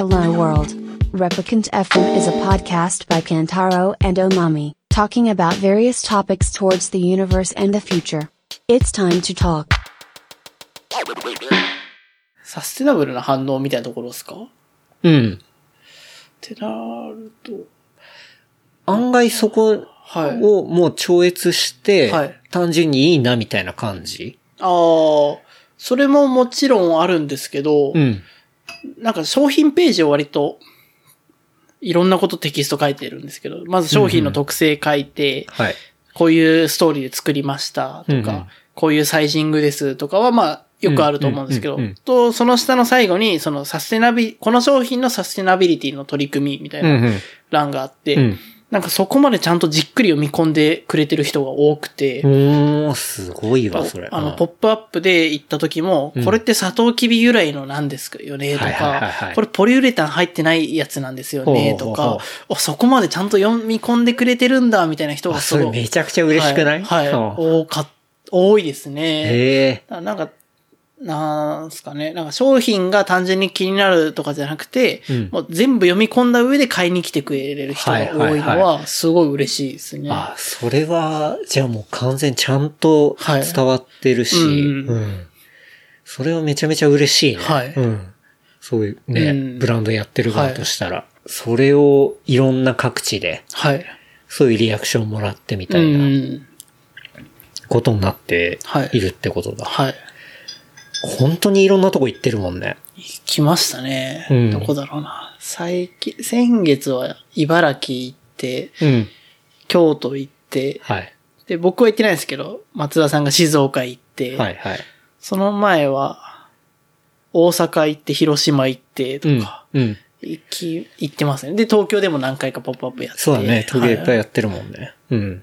Hello World. Replicant FM is a podcast by Kantaro and Omami, talking about various topics towards the universe and the future. It's time to talk. サステナブルな反応みたいなところですか？ うん。 ってなると。 案外そこをもう超越して、 はい、 単純にいいなみたいな感じ？ ああ、それももちろんあるんですけど、 うん、 なんか商品ページを割といろんなことテキスト書いてるんですけど、まず商品の特性書いて、 はい、 こういうストーリーで作りましたとか、こういうサイジングですとかはまあよくあると思うんですけど、と、その下の最後にそのこの商品のサステナビリティの取り組みみたいな欄があって、なんかそこまでちゃんとじっくり読み込んでくれてる人が多くて。 すごいわ、それ。 ポップアップで行った時も、これってサトウキビ由来のなんですよね、とか、これポリウレタン入ってないやつなんですよね、とか、そこまでちゃんと読み込んでくれてるんだ、みたいな人がすごい。 それめちゃくちゃ嬉しくない？ はい、多いですね。なんか、なんすかね。なんか商品が単純に気になるとかじゃなくて、もう全部読み込んだ上で買いに来てくれる人が多いのはすごい嬉しいですね。 それは、じゃあもう完全ちゃんと伝わってるし、それはめちゃめちゃ嬉しいね。 はい。 そういうね、ブランドやってる側としたら、それをいろんな各地で、そういうリアクションもらってみたいなことになっているってことだ。 はい。 本当にいろんなとこ行ってるもんね。 行きましたね。どこだろうな。先月は茨城行って、京都行って、で、僕は行ってないですけど、松田さんが静岡行って、その前は、大阪行って、広島行ってとか、行ってますね。で、東京でも何回かポップアップやって。 そうだね。東京いっぱいやってるもんね。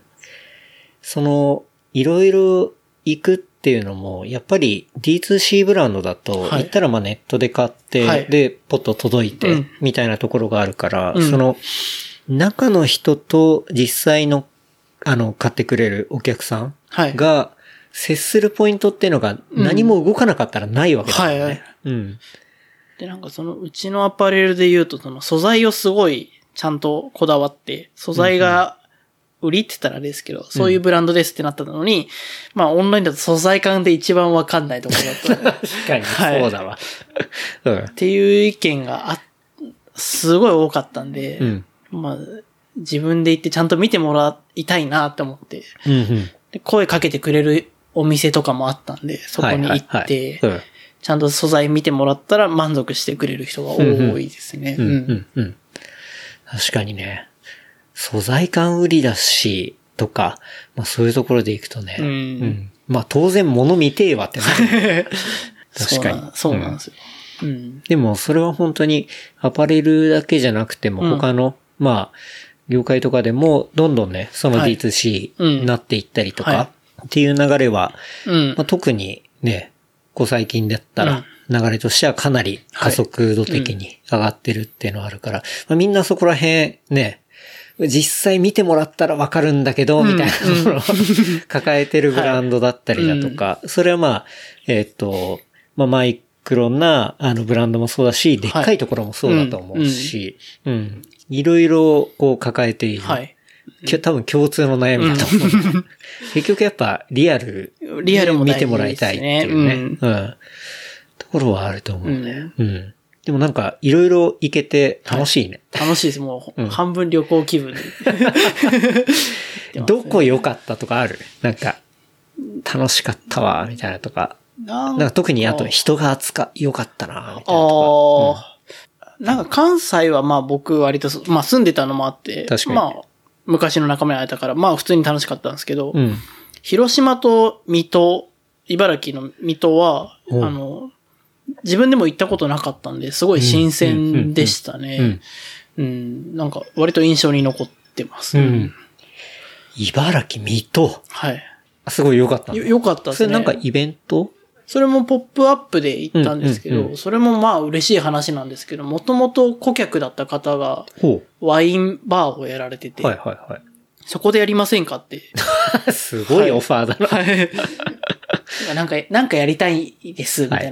いろいろ行くっていうのも、やっぱり D2C ブランドだと、言ったらまあネットで買って、で、ポッと届いて、みたいなところがあるから、中の人と実際の、買ってくれるお客さんが、接するポイントっていうのが何も動かなかったらないわけだよね。 で、なんかうちのアパレルで言うと、素材をすごいちゃんとこだわって、素材が、売りって言ったらあれですけど、そういうブランドですってなったのに、まあオンラインだと素材感で一番わかんないところだった。 確かに、そうだわ。 っていう意見がすごい多かったんで、まあ自分で行ってちゃんと見てもらいたいなって思って、で声かけてくれるお店とかもあったんで、そこに行って、ちゃんと素材見てもらったら満足してくれる人が多いですね。 確かにね。素材感売りだし、とか、まあそういうところでいくとね。まあ当然物見てえわってなる。確かに。 そうなんですよ。 でもそれは本当にアパレルだけじゃなくても他の、まあ、業界とかでもどんどんね、その D2C になっていったりとか、っていう流れは、まあ、特にね、最近だったら流れとしてはかなり加速度的に上がってるっていうのはあるから、まあ、みんなそこら辺ね、実際見てもらったらわかるんだけど、みたいなところを抱えてるブランドだったりだとか、それはまあ、まあマイクロなブランドもそうだし、でっかいところもそうだと思うし、いろいろこう抱えている。多分共通の悩みだと思う。結局やっぱリアルも見てもらいたいっていうね。ところはあると思うね。でもなんか、いろいろ行けて楽しいね。 楽しいです。もう、半分旅行気分で。 どこ良かったとかある？なんか、楽しかったわ、みたいなとか。なんか特にあと人が良かったな、みたいなとか。 なんか関西はまあ僕割と、まあ住んでたのもあって、まあ、昔の仲間に会えたから、まあ普通に楽しかったんですけど、広島と水戸、茨城の水戸は、自分でも行ったことなかったんで、すごい新鮮でしたね。なんか割と印象に残ってます。 茨城、水戸。すごい良かった。 良かったですね。 それなんかイベント？ それもポップアップで行ったんですけど、それもまあ嬉しい話なんですけど、もともと顧客だった方がワインバーをやられてて、そこでやりませんかって。 すごいオファーだな。 なんかやりたいです、みたいな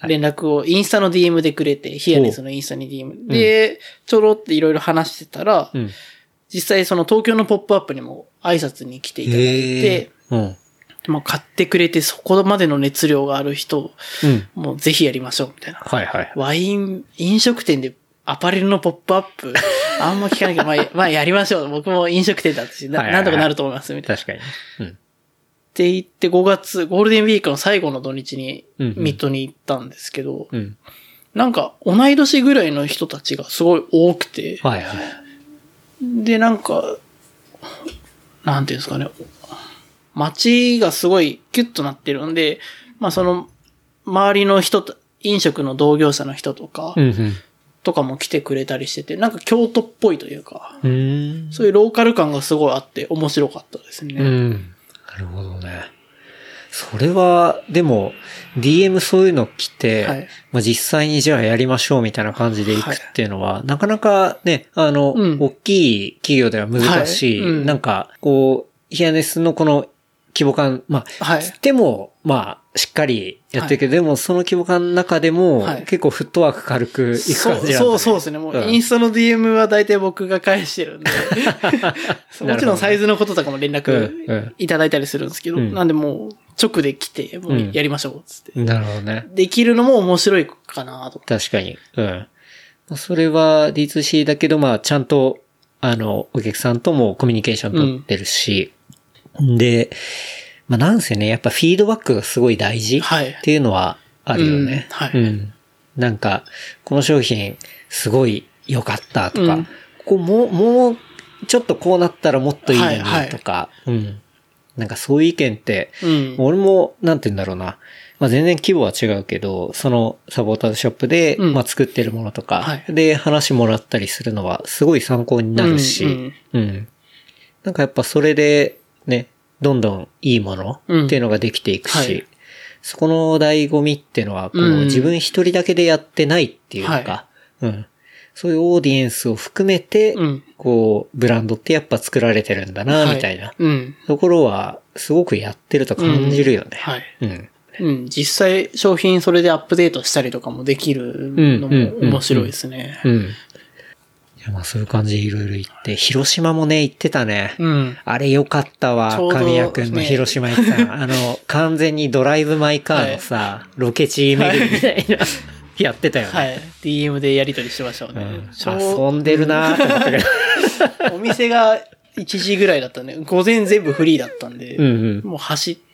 連絡をインスタの DM でくれて、ヒアネスのインスタに DM で、ちょろっていろいろ話してたら、実際その東京のポップアップにも挨拶に来ていただいて、もう買ってくれてそこまでの熱量がある人、もうぜひやりましょうみたいな。 はいはい。 ワイン、飲食店でアパレルのポップアップ、あんま聞かないけど、まあやりましょう。僕も飲食店だったし、なんとかなると思います、みたいな。 確かに。 って言って5月、ゴールデンウィークの最後の土日にミッドに行ったんですけど、なんか同い年ぐらいの人たちがすごい多くて、で、なんか、なんていうんですかね、街がすごいキュッとなってるんで、まあその、周りの人と、飲食の同業者の人とか、とかも来てくれたりしてて、なんか京都っぽいというか、そういうローカル感がすごいあって面白かったですね。 なるほどね。それは、でも、DM そういうの来て、まあ、実際にじゃあやりましょうみたいな感じで行くっていうのは、なかなかね、大きい企業では難しい。なんか、こう、ヒアネスのこの規模感、まあ、つっても、まあ、しっかりやってるけど、でもその規模感の中でも、結構フットワーク軽くいく感じなんだね。 そうですね。もうインスタの DM は大体僕が返してるんで。もちろんサイズのこととかも連絡いただいたりするんですけど、なんでもう直で来て、もうやりましょう、つって。 なるほどね。 できるのも面白いかなと。 確かに。それは D2C だけど、まあ、ちゃんと、お客さんともコミュニケーション取ってるし、で、まあなんせね、やっぱフィードバックがすごい大事っていうのはあるよね。なんか、この商品すごい良かったとか、ここもうちょっとこうなったらもっといいのにとか、なんかそういう意見って、俺もなんて言うんだろうな、まあ全然規模は違うけど、そのサポーターショップで、まあ作ってるものとか、で話もらったりするのはすごい参考になるし、なんかやっぱそれでね、どんどんいいものっていうのができていくし、そこの醍醐味っていうのは、こう自分一人だけでやってないっていうか、そういうオーディエンスを含めて、こう、ブランドってやっぱ作られてるんだな、みたいなところは、すごくやってると感じるよね。 実際商品それでアップデートしたりとかもできるのも面白いですね。 いやまあそういう感じでいろいろ行って、広島もね、行ってたね。あれ良かったわ、神谷くんの広島行ってた。完全にドライブマイカーのさ、ロケ地巡りみたいな、やってたよね。 DM でやり取りしてましたね。 遊んでるなと思ったけど。 お店が1時ぐらいだったね。午前全部フリーだったんで、もう走って、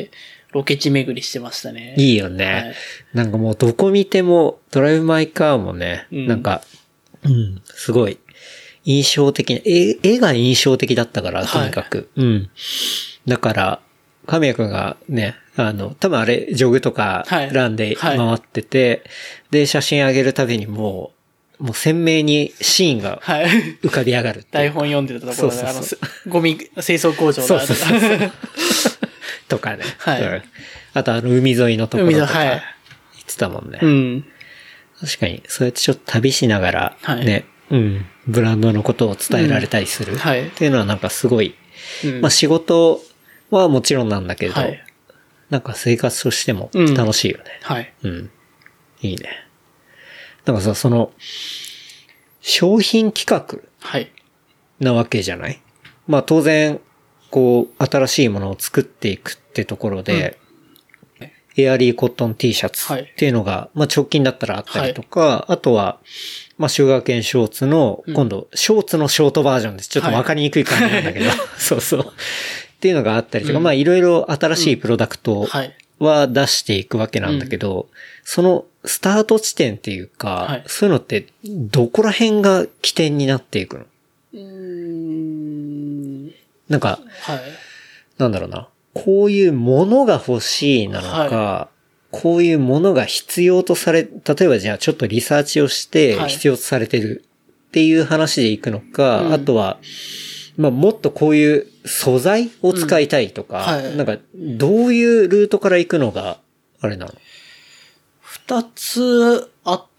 ロケ地巡りしてましたね。 いいよね。なんかもうどこ見ても、ドライブマイカーもね、なんか、すごい印象的な、絵が印象的だったから、とにかく。だから、神谷くんがね、多分あれ、ジョグとか、ランで回ってて、で、写真上げるたびにもう鮮明にシーンが浮かび上がる。 台本読んでたところで、ゴミ清掃工場のとかね。あと海沿いのところとか、言ってたもんね。確かに、そうやってちょっと旅しながら、ね、ブランドのことを伝えられたりするっていうのはなんかすごい、まあ仕事はもちろんなんだけど、なんか生活としても楽しいよね。いいね。なんかさ、その、商品企画なわけじゃない？まあ当然、こう、新しいものを作っていくってところで、エアリーコットン T シャツっていうのが、まあ直近だったらあったりとか、あとは、まあシュガーケンショーツの、今度、ショーツのショートバージョンです。ちょっとわかりにくい感じなんだけど、そうそう。っていうのがあったりとか、まあいろいろ新しいプロダクトは出していくわけなんだけど、そのスタート地点っていうか、そういうのってどこら辺が起点になっていくの？なんか、なんだろうな。こういうものが欲しいなのか、こういうものが必要とされ、例えばじゃあちょっとリサーチをして必要とされてるっていう話でいくのか、あとは、まあもっとこういう素材を使いたいとか、なんかどういうルートから行くのがあれなの？ 二つあって、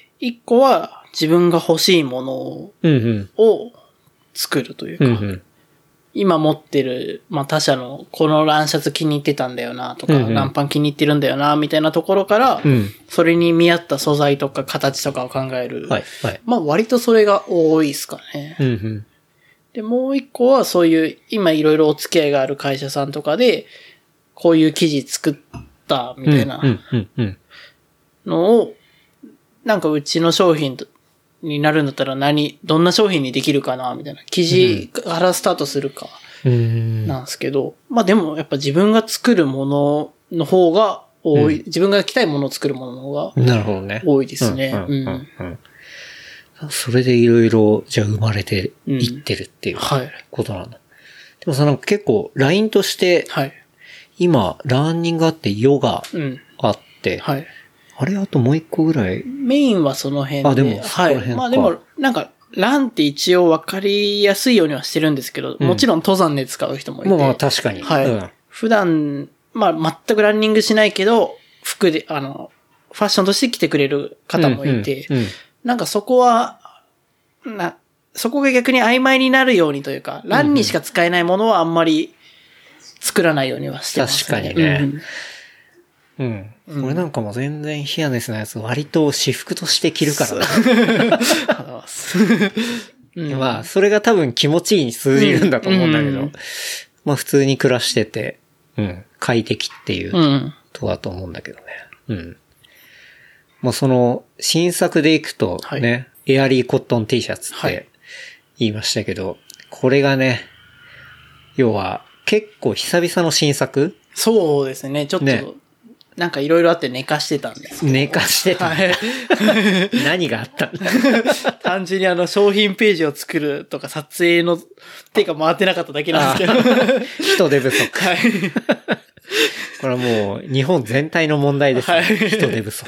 一個は自分が欲しいものを作るというか、 今持ってる、まあ他社のこのランシャツ気に入ってたんだよなとか、ランパン気に入ってるんだよなみたいなところから、それに見合った素材とか形とかを考える。まあ割とそれが多いですかね。で、もう一個はそういう、今いろいろお付き合いがある会社さんとかで、こういう記事作ったみたいなのを、なんかうちの商品になるんだったらどんな商品にできるかなみたいな。記事からスタートするか。なんですけど。まあでもやっぱ自分が作るものの方が多い。自分が着たいものを作るものの方が。 なるほどね。 多いですね。 それでいろいろ、じゃあ生まれていってるっていうことなんだ。でもさ、なんか結構 LINE として、今、ランニングあってヨガあって、あれあともう一個ぐらい。 メインはその辺で。 あ、でも、そこら辺か。 まあでも、なんか、ランって一応分かりやすいようにはしてるんですけど、もちろん登山で使う人もいて。 まあ確かに。 普段、まあ全くランニングしないけど、服で、ファッションとして着てくれる方もいて、なんかそこは、そこが逆に曖昧になるようにというか、ランにしか使えないものはあんまり作らないようにはしてますね。 確かにね。これなんかも全然ヒアネスのやつ割と私服として着るからな。まあ、それが多分気持ちいいに通じるんだと思うんだけど、まあ普通に暮らしてて、快適っていうとだと思うんだけどね。まあその新作でいくとね、エアリーコットン T シャツって言いましたけど、これがね、要は結構久々の新作？ そうですね、ちょっと、なんかいろいろあって寝かしてたんですけど。 寝かしてた。何があったんだ単純に商品ページを作るとか撮影の手が回ってなかっただけなんですけど。 人手不足。これはもう日本全体の問題ですね。人手不足。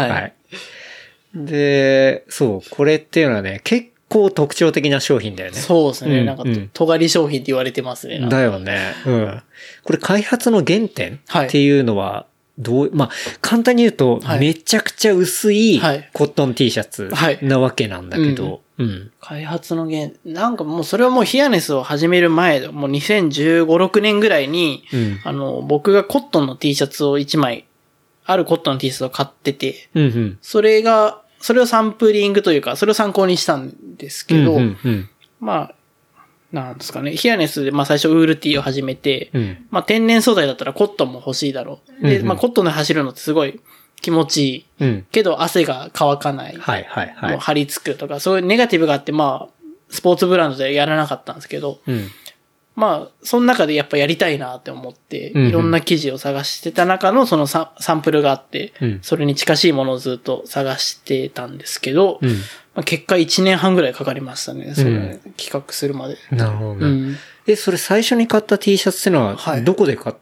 で、そう、これっていうのはね、結構特徴的な商品だよね。 そうですね。なんか、尖り商品って言われてますね。 だよね。これ開発の原点っていうのは、まあ、簡単に言うと、めちゃくちゃ薄いコットン T シャツなわけなんだけど、 開発のなんかもうそれはもうヒアネスを始める前で、もう2015、6年ぐらいに、僕がコットンの T シャツを1枚、あるコットンの T シャツを買ってて、それをサンプリングというか、それを参考にしたんですけど、まあ、なんですかね。ヒアネスで、まあ最初ウールティーを始めて、まあ天然素材だったらコットンも欲しいだろう。で、まあコットンで走るのってすごい気持ちいい。けど汗が乾かない。もう張り付くとか、そういうネガティブがあって、まあ、スポーツブランドでやらなかったんですけど、まあ、その中でやっぱやりたいなって思って、いろんな記事を探してた中のそのサンプルがあって、それに近しいものをずっと探してたんですけど、まあ、結果1年半ぐらいかかりましたね。それ企画するまで。 なるほどね。それ最初に買った T シャツってのは、どこで買った？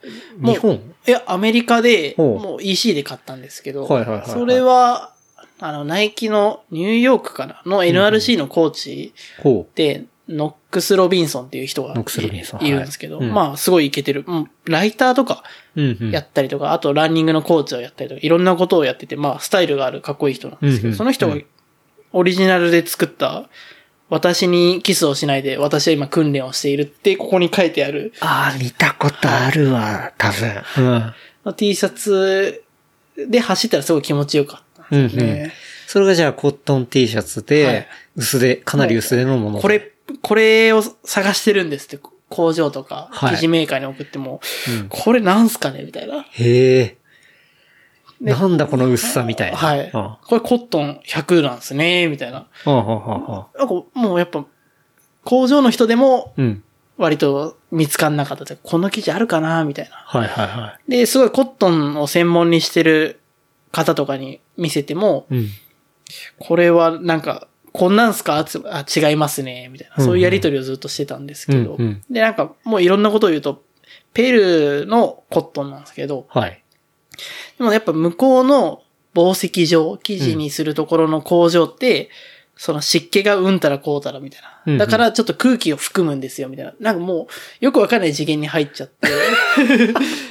日本？ いや、アメリカで、もう EC で買ったんですけど、それは、ナイキのニューヨークかなの NRC のコーチで、ノックス・ロビンソンっていう人がいるんですけど、まあ、すごいイケてる。ライターとかやったりとか、あとランニングのコーチをやったりとか、いろんなことをやってて、まあ、スタイルがあるかっこいい人なんですけど、その人がオリジナルで作った、私にキスをしないで、私は今訓練をしているって、ここに書いてある。 ああ、見たことあるわ、多分。 T シャツで走ったらすごい気持ちよかったんですね。 それがじゃあコットン T シャツで、かなり薄手のもの。 これを探してるんですって、工場とか、生地メーカーに送っても、これなんすかねみたいな。 へえ。なんだこの薄さみたいな。 これコットン100なんですね、みたいな。なんかもうやっぱ、工場の人でも、割と見つかんなかった。この生地あるかなみたいな。で、すごいコットンを専門にしてる方とかに見せても、これはなんか、こんなんすか違いますね、みたいな。そういうやりとりをずっとしてたんですけど。で、なんかもういろんなことを言うと、ペルーのコットンなんですけど、でもやっぱ向こうの紡績場、生地にするところの工場って、その湿気がうんたらこうたらみたいな。だからちょっと空気を含むんですよ、みたいな。なんかもう、よくわかんない次元に入っちゃって。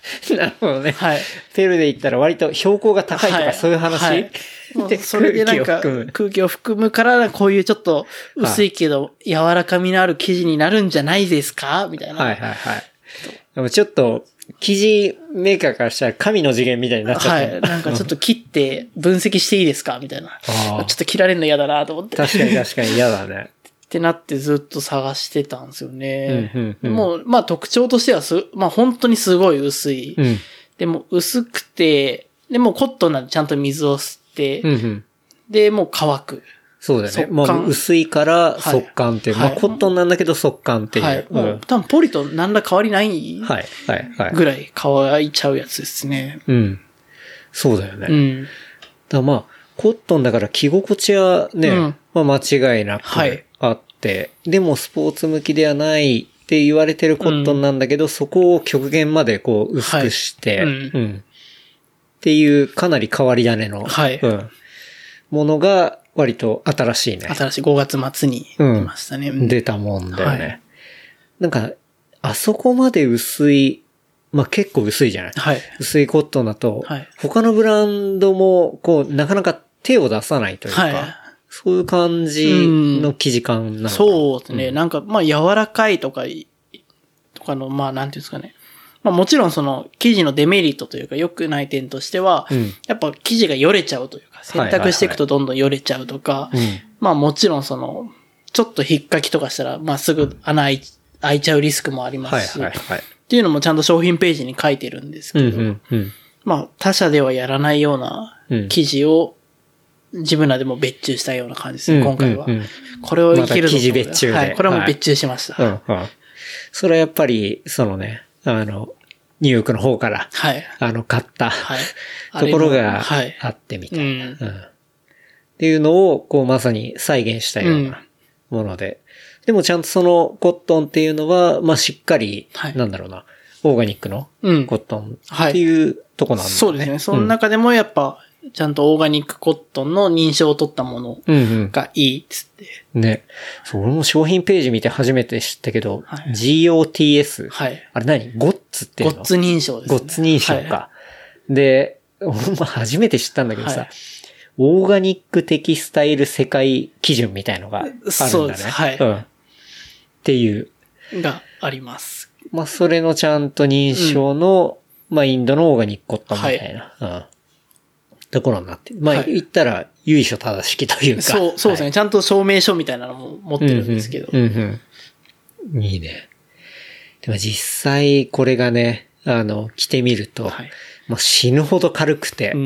なるほどね。 はい。 ペルーで言ったら割と標高が高いとかそういう話、 はいもうそれでなんか空気を含むからこういうちょっと薄いけど柔らかみのある生地になるんじゃないですかみたいな。 はいはいはい。でもちょっと生地メーカーからしたら神の次元みたいになっちゃって。 はい。なんかちょっと切って分析していいですかみたいな。ちょっと切られるの嫌だなと思って。 確かに確かに嫌だね。 ってなってずっと探してたんですよね。もう、まあ特徴としてはまあ本当にすごい薄い。でも薄くて、でもコットンなんでちゃんと水を吸って、で、もう乾く。 そうだね。もう薄いから速乾っていう。まあコットンなんだけど速乾っていう。はい。 もう多分ポリと何ら変わりないぐらい乾いちゃうやつですね。 そうだよね。だまあ、コットンだから着心地はね、まあ間違いなくあって、でもスポーツ向きではないって言われてるコットンなんだけど、そこを極限までこう薄くして、っていうかなり変わり種の、ものが割と新しいね。 新しい5月末に出ましたね。 出たもんだよね。なんか、あそこまで薄い、まあ結構薄いじゃない、薄いコットンだと、他のブランドもこうなかなか手を出さないというか、そういう感じの生地感なのかな。 そうですね。なんかまあ柔らかいとかの、まあなんていうんですかね。まあもちろんその生地のデメリットというか良くない点としては、やっぱ生地がよれちゃうというか、洗濯していくとどんどんよれちゃうとか、まあもちろんその、ちょっと引っかきとかしたら、まあすぐ穴開いちゃうリスクもありますし、っていうのもちゃんと商品ページに書いてるんですけど、まあ他社ではやらないような生地を自分らでも別注したような感じですね、今回は。これをいけるの生地別注で。 はい、これはもう別注しました。 それはやっぱり、そのね、ニューヨークの方から、買った、ところがあってみたいな、っていうのを、こうまさに再現したようなもので。でもちゃんとそのコットンっていうのは、まあしっかり、なんだろうな、オーガニックのコットンっていうとこなんだね。 そうですね。その中でもやっぱ、ちゃんとオーガニックコットンの認証を取ったものがいいっつって。 ね。そう、俺も商品ページ見て初めて知ったけど、GOTS。あれ何ゴッツっていうの？ ゴッツ認証ですね。ゴッツ認証か。で、俺も初めて知ったんだけどさ、オーガニックテキスタイル世界基準みたいのがあるんだね。 そうです。 っていう。 があります。 まあ、それのちゃんと認証の、まあ、インドのオーガニックコットンみたいな。ところになってる。まあ、言ったら、由緒正しきというか。 そうですね。ちゃんと証明書みたいなのも持ってるんですけど。 いいね。でも実際、これがね、着てみると、まあ、死ぬほど軽くて、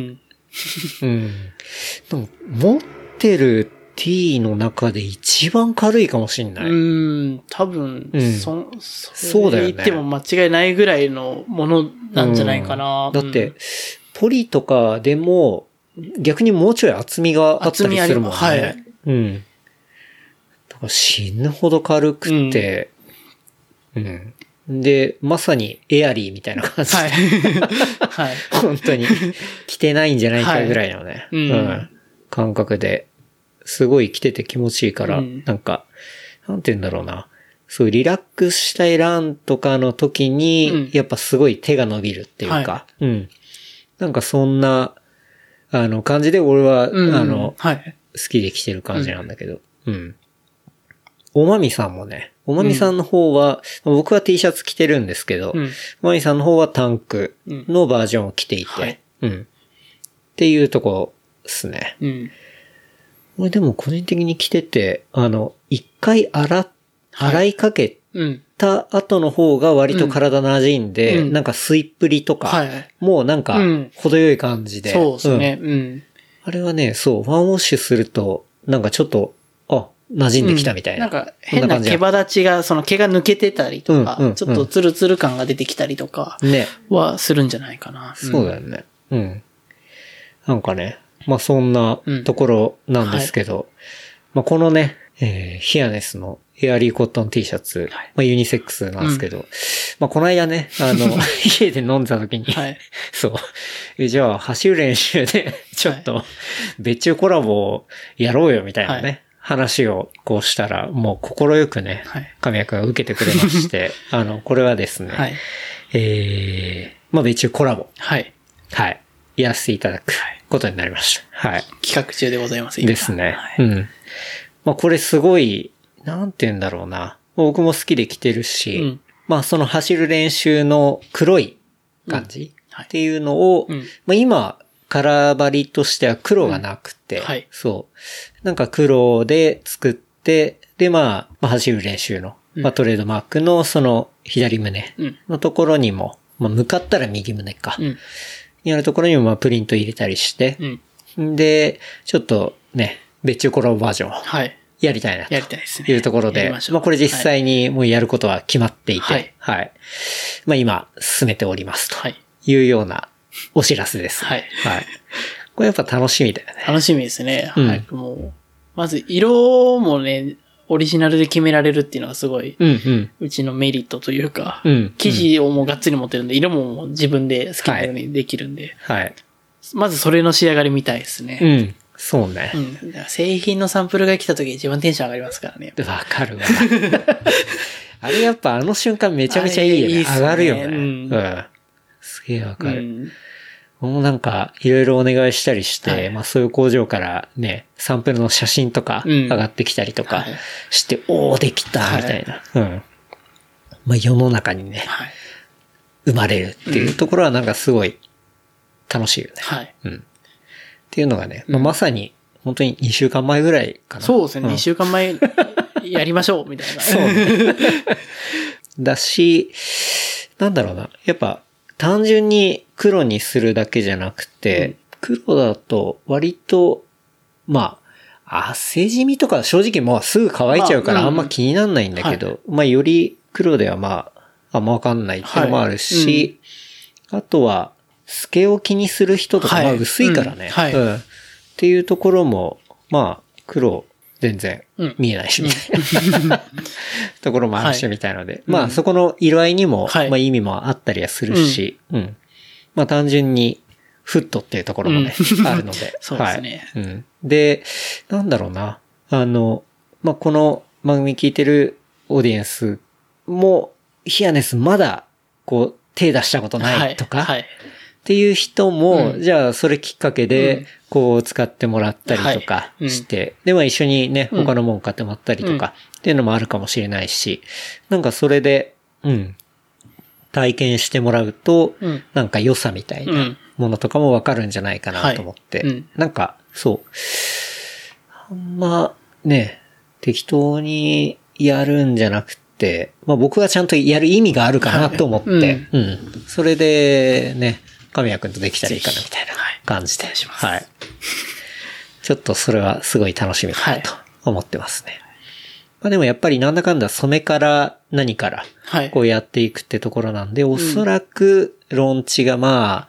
でも持ってる T の中で一番軽いかもしんない。 多分、そうだよね。言っても間違いないぐらいのものなんじゃないかな。 だって、ポリとかでも、逆にもうちょい厚みがあったりするもんね。だから死ぬほど軽くて、で、まさにエアリーみたいな感じで。本当に着てないんじゃないかぐらいのね、感覚で、すごい着てて気持ちいいから、なんか、なんて言うんだろうな。そうリラックスしたいランとかの時に、やっぱすごい手が伸びるっていうか、なんかそんな、感じで俺は、好きで着てる感じなんだけど。おまみさんもね、おまみさんの方は、僕は T シャツ着てるんですけど、おまみさんの方はタンクのバージョンを着ていて、っていうとこですね。俺でも個人的に着てて、一回洗いかけた後の方が割と体馴染んで、なんか吸いっぷりとか、もうなんか程よい感じで。 そうですね。 あれはね、そう、ワンウォッシュすると、なんかちょっと、馴染んできたみたいな。 なんか変な毛羽立ちが、その毛が抜けてたりとか、ちょっとツルツル感が出てきたりとかはするんじゃないかな。 そうだよね。なんかね、まあそんなところなんですけど、まあこのね、ヒアネスのエアリーコットン T シャツ、まあユニセックスなんですけど、まあこの間ね、家で飲んでた時に、そう、じゃあ走る練習で、ちょっと、別注コラボやろうよみたいなね、話をこうしたら、もう心よ神谷くんが受けてくれまして、これはですね、 まあ、別注コラボ。 はい。 はい。やらせていただくことになりました。はい。 企画中でございます。 ですね。 はい、 うん。まあ、これすごい、なんて言うんだろうな。僕も好きで着てるし、うん、まあ、その走る練習の黒い感じっていうのを、うんはい、まあ、今、カラーバリとしては黒がなくて、はい、そう。なんか黒で作って、で、まあ、走る練習の、まあ、トレードマークのその左胸のところにも、まあ、向かったら右胸か。やるところにもまあプリント入れたりして、で、ちょっとね、別注コラボバージョンをやりたいなというところで、まあこれ実際にもうやることは決まっていて、はい。まあ今進めておりますというようなお知らせです。はい。はい。これやっぱ楽しみだよね。 楽しみですね。早くもう。まず色もね、オリジナルで決められるっていうのがすごい、うちのメリットというか、生地をもうがっつり持ってるんで、色ももう自分で好きなようにできるんで、はい。まずそれの仕上がり見たいですね。 うん。そうね。 製品のサンプルが来た時一番テンション上がりますからね。 わかるわ。あれやっぱあの瞬間めちゃめちゃいいよね。上がるよね。うん。すげえわかる。もうなんか、いろいろお願いしたりして、まあそういう工場からね、サンプルの写真とか上がってきたりとかして、おー、できたみたいな。うん。まあ世の中にね、生まれるっていうところはなんかすごい楽しいよね。はい。うん。っていうのがね、まあ、まさに本当に2週間前ぐらいかな。 そうですね、2週間前やりましょうみたいな。 そうね。だし、なんだろうな、やっぱ、単純に黒にするだけじゃなくて、黒だと割と、まあ、汗じみとか正直もうすぐ乾いちゃうからあんま気にならないんだけど、まあより黒ではまあ、あんまわかんないっていうのもあるし、あとは、透けを気にする人とか、まあ薄いからね、っていうところも、まあ黒全然見えないしみたいなところもあるしみたいので、まあそこの色合いにも、まあ意味もあったりはするし、まあ単純にフットっていうところもね、あるので。 そうですね。 で、なんだろうな。まあこの番組聞いてるオーディエンスも、ヒアネスまだこう手出したことないとか、っていう人も、じゃあそれきっかけで、こう使ってもらったりとかして、でも一緒にね、他のもん買ってもらったりとか、っていうのもあるかもしれないし、なんかそれで、体験してもらうと、なんか良さみたいなものとかもわかるんじゃないかなと思って、なんか、そう。あんま、ね、適当にやるんじゃなくて、まあ僕はちゃんとやる意味があるかなと思って、それでね、神谷くんとできたらいいかなみたいな感じで。はい。ちょっとそれはすごい楽しみだなと思ってますね。まあでもやっぱりなんだかんだ染めから何からこうやっていくってところなんで、おそらくローンチがまあ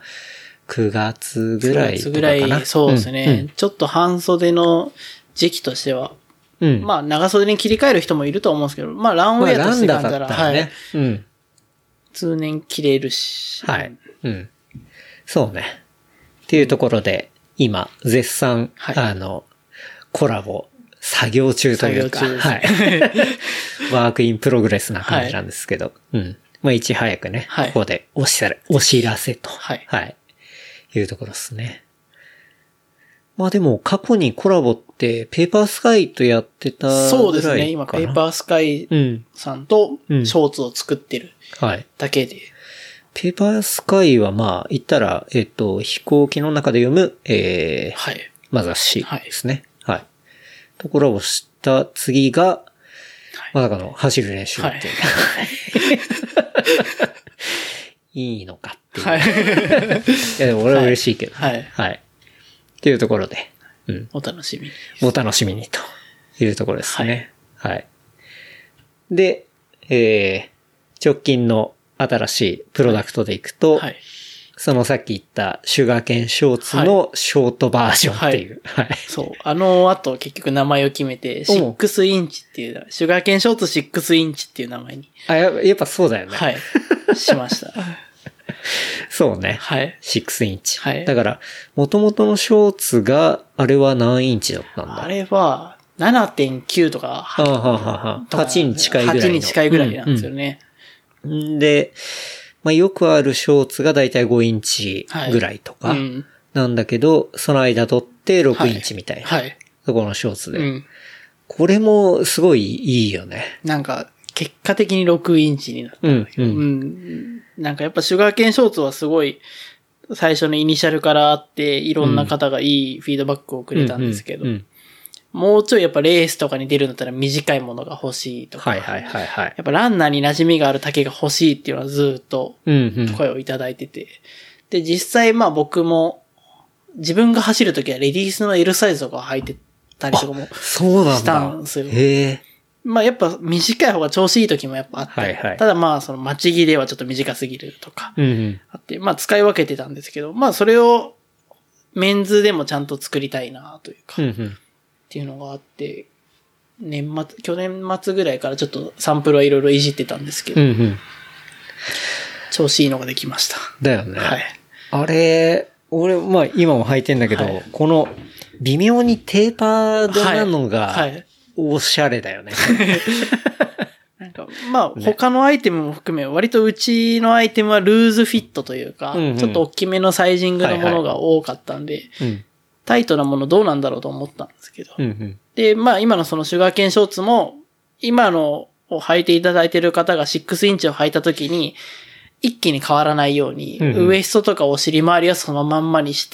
9月ぐらいとかかな。9月ぐらい、 そうですね。ちょっと半袖の時期としては、まあ長袖に切り替える人もいると思うんですけど、まあランウェアとして考えたら、はい。通年着れるし。 はい。そうね。っていうところで、今、絶賛、コラボ、作業中というか、はい。ワークインプログレスな感じなんですけど、まあ、いち早くね、ここでお知らせと、はい。いうところですね。まあでも、過去にコラボって、ペーパースカイとやってたぐらいかな。 そうですね。今、ペーパースカイさんと、ショーツを作ってるだけで、 ペーパースカイはまあ、言ったら、飛行機の中で読む、まあ雑誌ですね。はい。ところをした次が、まさかの走る練習っていう。いいのかっていう。いやでも俺は嬉しいけど。はい。っていうところで。 お楽しみに。 お楽しみにというところですね。はい。で、直近の新しいプロダクトでいくと、そのさっき言ったシュガーケンショーツのショートバージョンっていう。 そう。後結局名前を決めて、6インチっていう、シュガーケンショーツ6インチっていう名前に。 やっぱそうだよね。 はい。しました。 そうね。はい。6インチ。はい。だから、元々のショーツが、あれは何インチだったんだ？ あれは、7.9 とか、 8に近いぐらいの。 8に近いぐらいなんですよね。 で、 まあよくあるショーツがだいたい5インチぐらいとか、なんだけど、その間取って6インチみたいな、ところのショーツで、これもすごいいいよね。 なんか、結果的に6インチになったんだけど、なんかやっぱシュガーケンショーツはすごい、最初のイニシャルからあって、いろんな方がいいフィードバックをくれたんですけど、もうちょいやっぱレースとかに出るんだったら短いものが欲しいとか、やっぱランナーに馴染みがある丈が欲しいっていうのはずっと声をいただいてて、で、実際まあ僕も自分が走るときはレディースの L サイズとか履いてたりとかもしたんですよ。まあやっぱ短い方が調子いい時もやっぱあって、ただまあその待ち切れはちょっと短すぎるとかあって、まあ使い分けてたんですけど、まあそれをメンズでもちゃんと作りたいなというか、っていうのがあって、去年末ぐらいからちょっとサンプルはいろいろいじってたんですけど、調子いいのができました。 だよね。あれ、俺、まあ今も履いてんだけど、この微妙にテーパードなのが、おしゃれだよね。 なんかまあ他のアイテムも含め、割とうちのアイテムはルーズフィットというか、ちょっと大きめのサイジングのものが多かったんで、タイトなものどうなんだろうと思ったんですけど。で、まあ今のそのシュガーケンショーツも、今のを履いていただいている方が6インチを履いた時に、一気に変わらないように、ウエストとかお尻周りはそのまんまにして、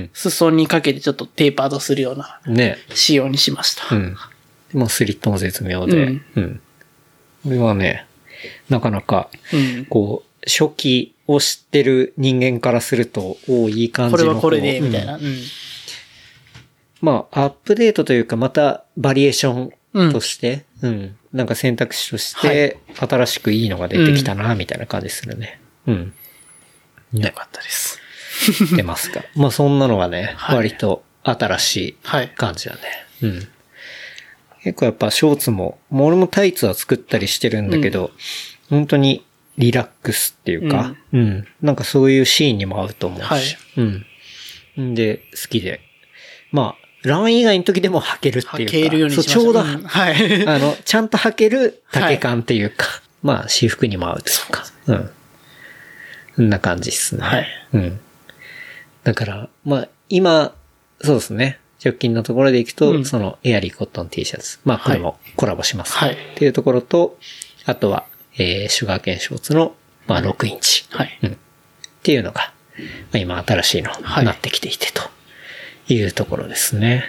裾にかけてちょっとテーパードするような仕様にしました。 もうスリットも絶妙で。これはね、なかなか、こう、初期を知ってる人間からすると、いい感じの。 これはこれで、みたいな。 まあ、アップデートというか、またバリエーションとして、なんか選択肢として、新しくいいのが出てきたな、みたいな感じするね。 よかったです。 出ますか。まあ、そんなのがね、割と新しい感じだね。結構やっぱショーツも、俺もタイツは作ったりしてるんだけど、本当にリラックスっていうか、なんかそういうシーンにも合うと思うし、で、好きで。まあ、ラン以外の時でも履けるっていうか、 履けるようにしました。 ちょうど、ちゃんと履ける丈感っていうか、まあ、私服にも合うというか、そんな感じですね。だから、まあ、今、そうですね。直近のところでいくと、そのエアリーコットン T シャツ。まあ、これもコラボします。っていうところと、あとは、シュガーケンショーツの、まあ、6インチ。っていうのが、まあ、今新しいのになってきていてというところですね。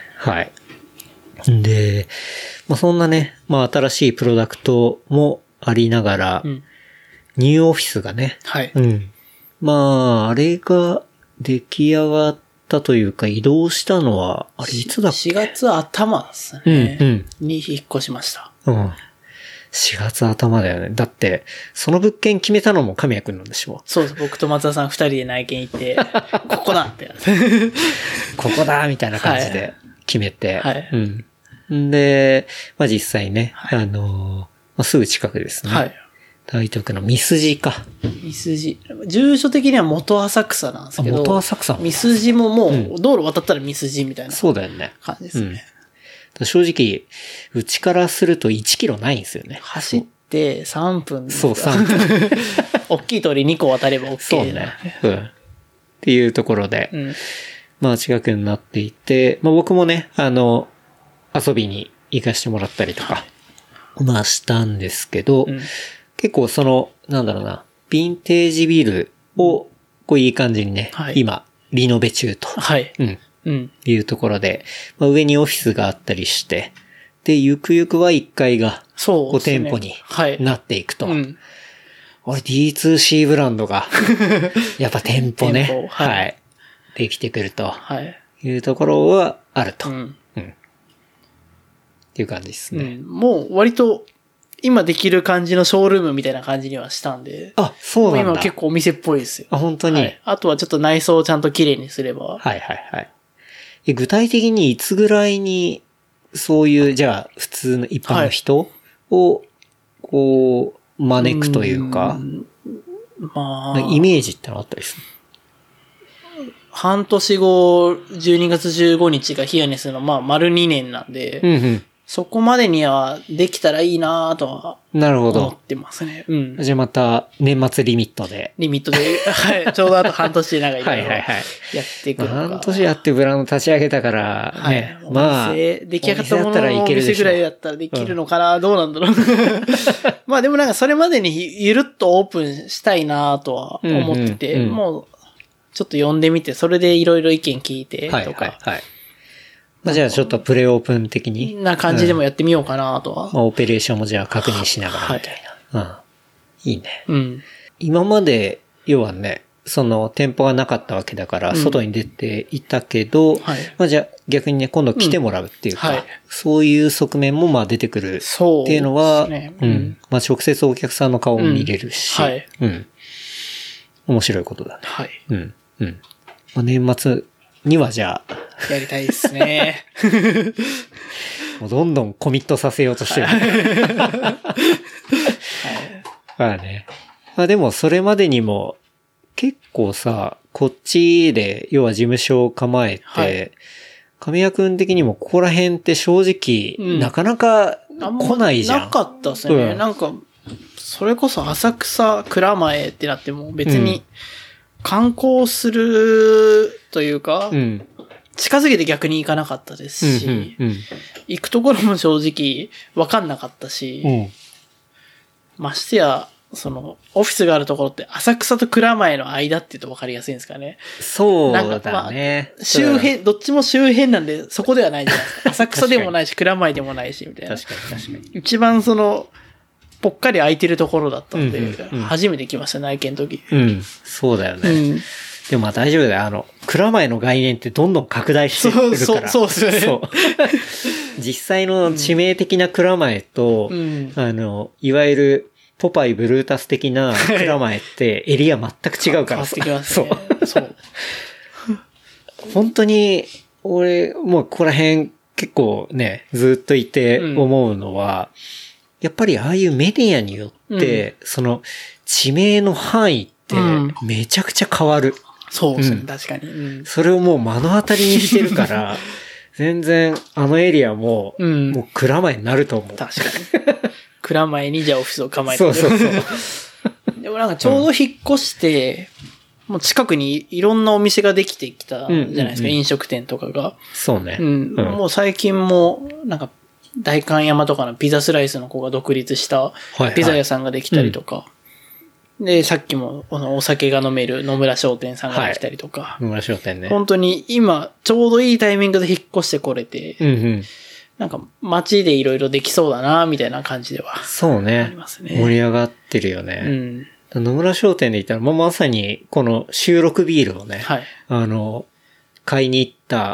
で、まあ、そんなね、まあ、新しいプロダクトもありながら、ニューオフィスがね、まあ、あれが出来上がったというか移動したのは、あれいつだっけ ?4 月頭ですね。に引っ越しました。 4月頭だよね。だって、その物件決めたのも神谷くんなんでしょ？ そうです。僕と松田さん2人で内見行って、ここだってここだみたいな感じで決めて。で、まあ実際ね、まあ、すぐ近くですね。台東区の三筋か。 三筋。住所的には元浅草なんですけど。 元浅草。 三筋ももう、道路渡ったら三筋みたいな。 そうだよね。 感じですね。 正直、うちからすると1キロないんですよね。 走って3分。 そう、3分。 大きい通り2個渡れば OK。 そうね。っていうところで、まあ近くになっていて、まあ僕もね、遊びに行かしてもらったりとか、まあしたんですけど、結構その、なんだろうな、ヴィンテージビルを、こういい感じにね、今、リノベ中と。いうところで、まあ、上にオフィスがあったりして、で、ゆくゆくは1階が、こう店舗になっていくと。俺 D2C ブランドが、やっぱ店舗ね、できてくると。いうところはあると。っていう感じですね。 もう割と、今できる感じのショールームみたいな感じにはしたんで。 あ、そうなんだ。 今結構お店っぽいですよ。 あ、本当に。 あとはちょっと内装をちゃんと綺麗にすれば。 具体的にいつぐらいに、そういう、じゃあ、普通の一般の人を、こう、招くというか、まあ、イメージってのあったりする？ 半年後、12月15日がヒアネスの、まあ、丸2年なんで、 そこまでにはできたらいいなとは。 なるほど。 思ってますね。うん。 じゃあまた、年末リミットで。 リミットで、はい。ちょうどあと半年なんかいろいろやっていくのか。 半年やってブランド立ち上げたからね。 はい、まあ、出来上がったもののお店ぐらいだったらできるのかな、どうなんだろう。まあでもなんかそれまでにゆるっとオープンしたいなとは思ってて、もう、ちょっと呼んでみて、それでいろいろ意見聞いてとか。はいはいはい。 まあ、じゃあちょっとプレオープン的に。 な感じでもやってみようかなとは。 まあオペレーションもじゃあ確認しながらみたいな。はい、いいね。 うん。 今まで、要はね、その店舗がなかったわけだから、外に出ていたけど、はい、まあじゃあ逆にね、今度来てもらうっていうか、はい、そういう側面もまあ出てくるっていうのは、まあ直接お客さんの顔も見れるし、はい、面白いことだね。 はい。 まあ、年末にはじゃあ、 やりたいですね。 もうどんどんコミットさせようとしてる。まあね。まあでもそれまでにも結構さ、こっちで要は事務所を構えて、神谷くん的にもここら辺って正直、なかなか来ないじゃん。 なかったですね。なんか、それこそ浅草蔵前ってなっても別に観光するというか、近づけて逆に行かなかったですし、行くところも正直わかんなかったし、ましてや、その、オフィスがあるところって浅草と蔵前の間って言うとわかりやすいんですかね。 そうだね。なんかまあ、 周辺、どっちも周辺なんでそこではないじゃないですか。浅草でもないし、蔵前でもないし、みたいな。 確かに。 一番その、ぽっかり空いてるところだったんで、初めて来ました、内見の時。 そうだよね。でもまあ大丈夫だよ。蔵前の概念ってどんどん拡大してくるから。 そうですね。そう。 実際の致命的な蔵前と、いわゆるポパイブルータス的な蔵前ってエリア全く違うからさ。変わってきますね。そう。 本当に、俺、もうここら辺結構ね、ずっといて思うのは、やっぱりああいうメディアによって、その地名の範囲ってめちゃくちゃ変わる。 そうですね、確かに。 それをもう目の当たりにしてるから、全然あのエリアも、もう蔵前になると思う。 確かに。蔵前にじゃあオフィスを構えてる。そう。 でもなんかちょうど引っ越して、もう近くにいろんなお店ができてきたじゃないですか、飲食店とかが。 そうね。 もう最近も、なんか、代官山とかのピザスライスの子が独立したピザ屋さんができたりとか。で、さっきもお酒が飲める野村商店さんができたりとか。 野村商店ね。 本当に今、ちょうどいいタイミングで引っ越してこれて、なんか街でいろいろできそうだな、みたいな感じでは。 そうね。ありますね。盛り上がってるよね。野村商店で言ったら、まさにこの収録ビールをね、買いに行った、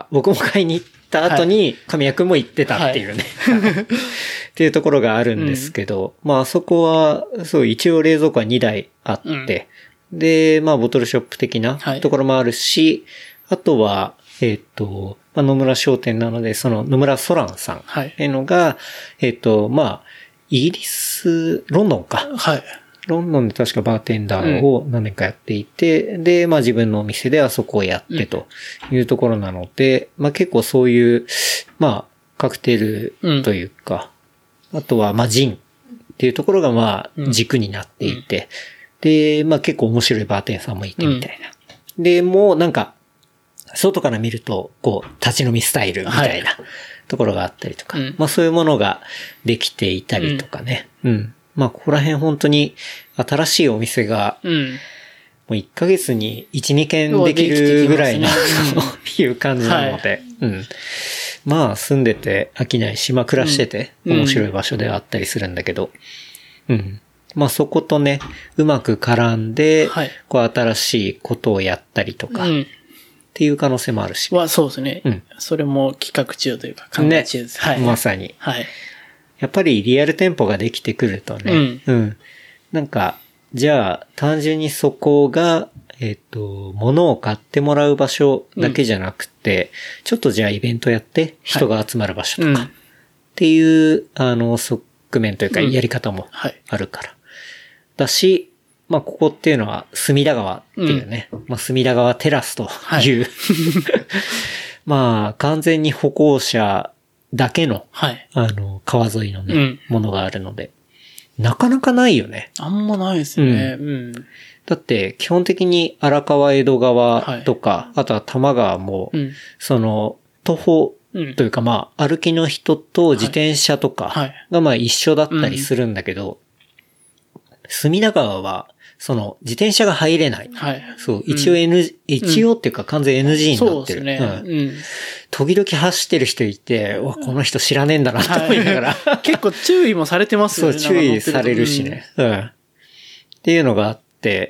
僕も買いに行った後に神谷くんも行ってたっていうね。っていうところがあるんですけど、まああそこは、そう、一応冷蔵庫は2台あって、で、まあボトルショップ的なところもあるし、あとは、野村商店なので、その野村ソランさんっていうのが、まあ、イギリス、ロンドンか。ロンドンで確かバーテンダーを何年かやっていて、で、まあ自分のお店ではそこをやってというところなので、まあ結構そういう、まあ、カクテルというか、あとはまあジンっていうところがまあ軸になっていて、で、まあ結構面白いバーテンさんもいてみたいな。で、もうなんか、外から見ると、こう、立ち飲みスタイルみたいなところがあったりとか、まあそういうものができていたりとかね。まあここら辺本当に新しいお店が、もう1ヶ月に1、2軒できるぐらいな、という感じなので、まあ住んでて飽きないし、まあ暮らしてて面白い場所ではあったりするんだけど、まあそことね、うまく絡んで、こう新しいことをやったりとか、っていう可能性もあるし。 そうですね。それも企画中というか考え中です。 まさに。やっぱりリアル店舗ができてくるとね。なんか、じゃあ単純にそこが、物を買ってもらう場所だけじゃなくて、ちょっとじゃあイベントやって人が集まる場所とか、っていう、側面というかやり方もあるから。だし、まあ、ここっていうのは、隅田川っていうね。まあ、隅田川テラスという。まあ、完全に歩行者だけの、 はい。 川沿いのね、ものがあるので、なかなかないよね。 あんまないですね。 だって、基本的に荒川江戸川とか、あとは多摩川も、徒歩というか歩きの人と自転車とかが一緒だったりするんだけど、隅田川は、自転車が入れない。 はい。 そう、一応っていうか完全 NG になってる。そうですね。時々走ってる人いて、この人知らねえんだなって思いながら。 結構注意もされてますよね。 そう、注意されるしね。っていうのがあって、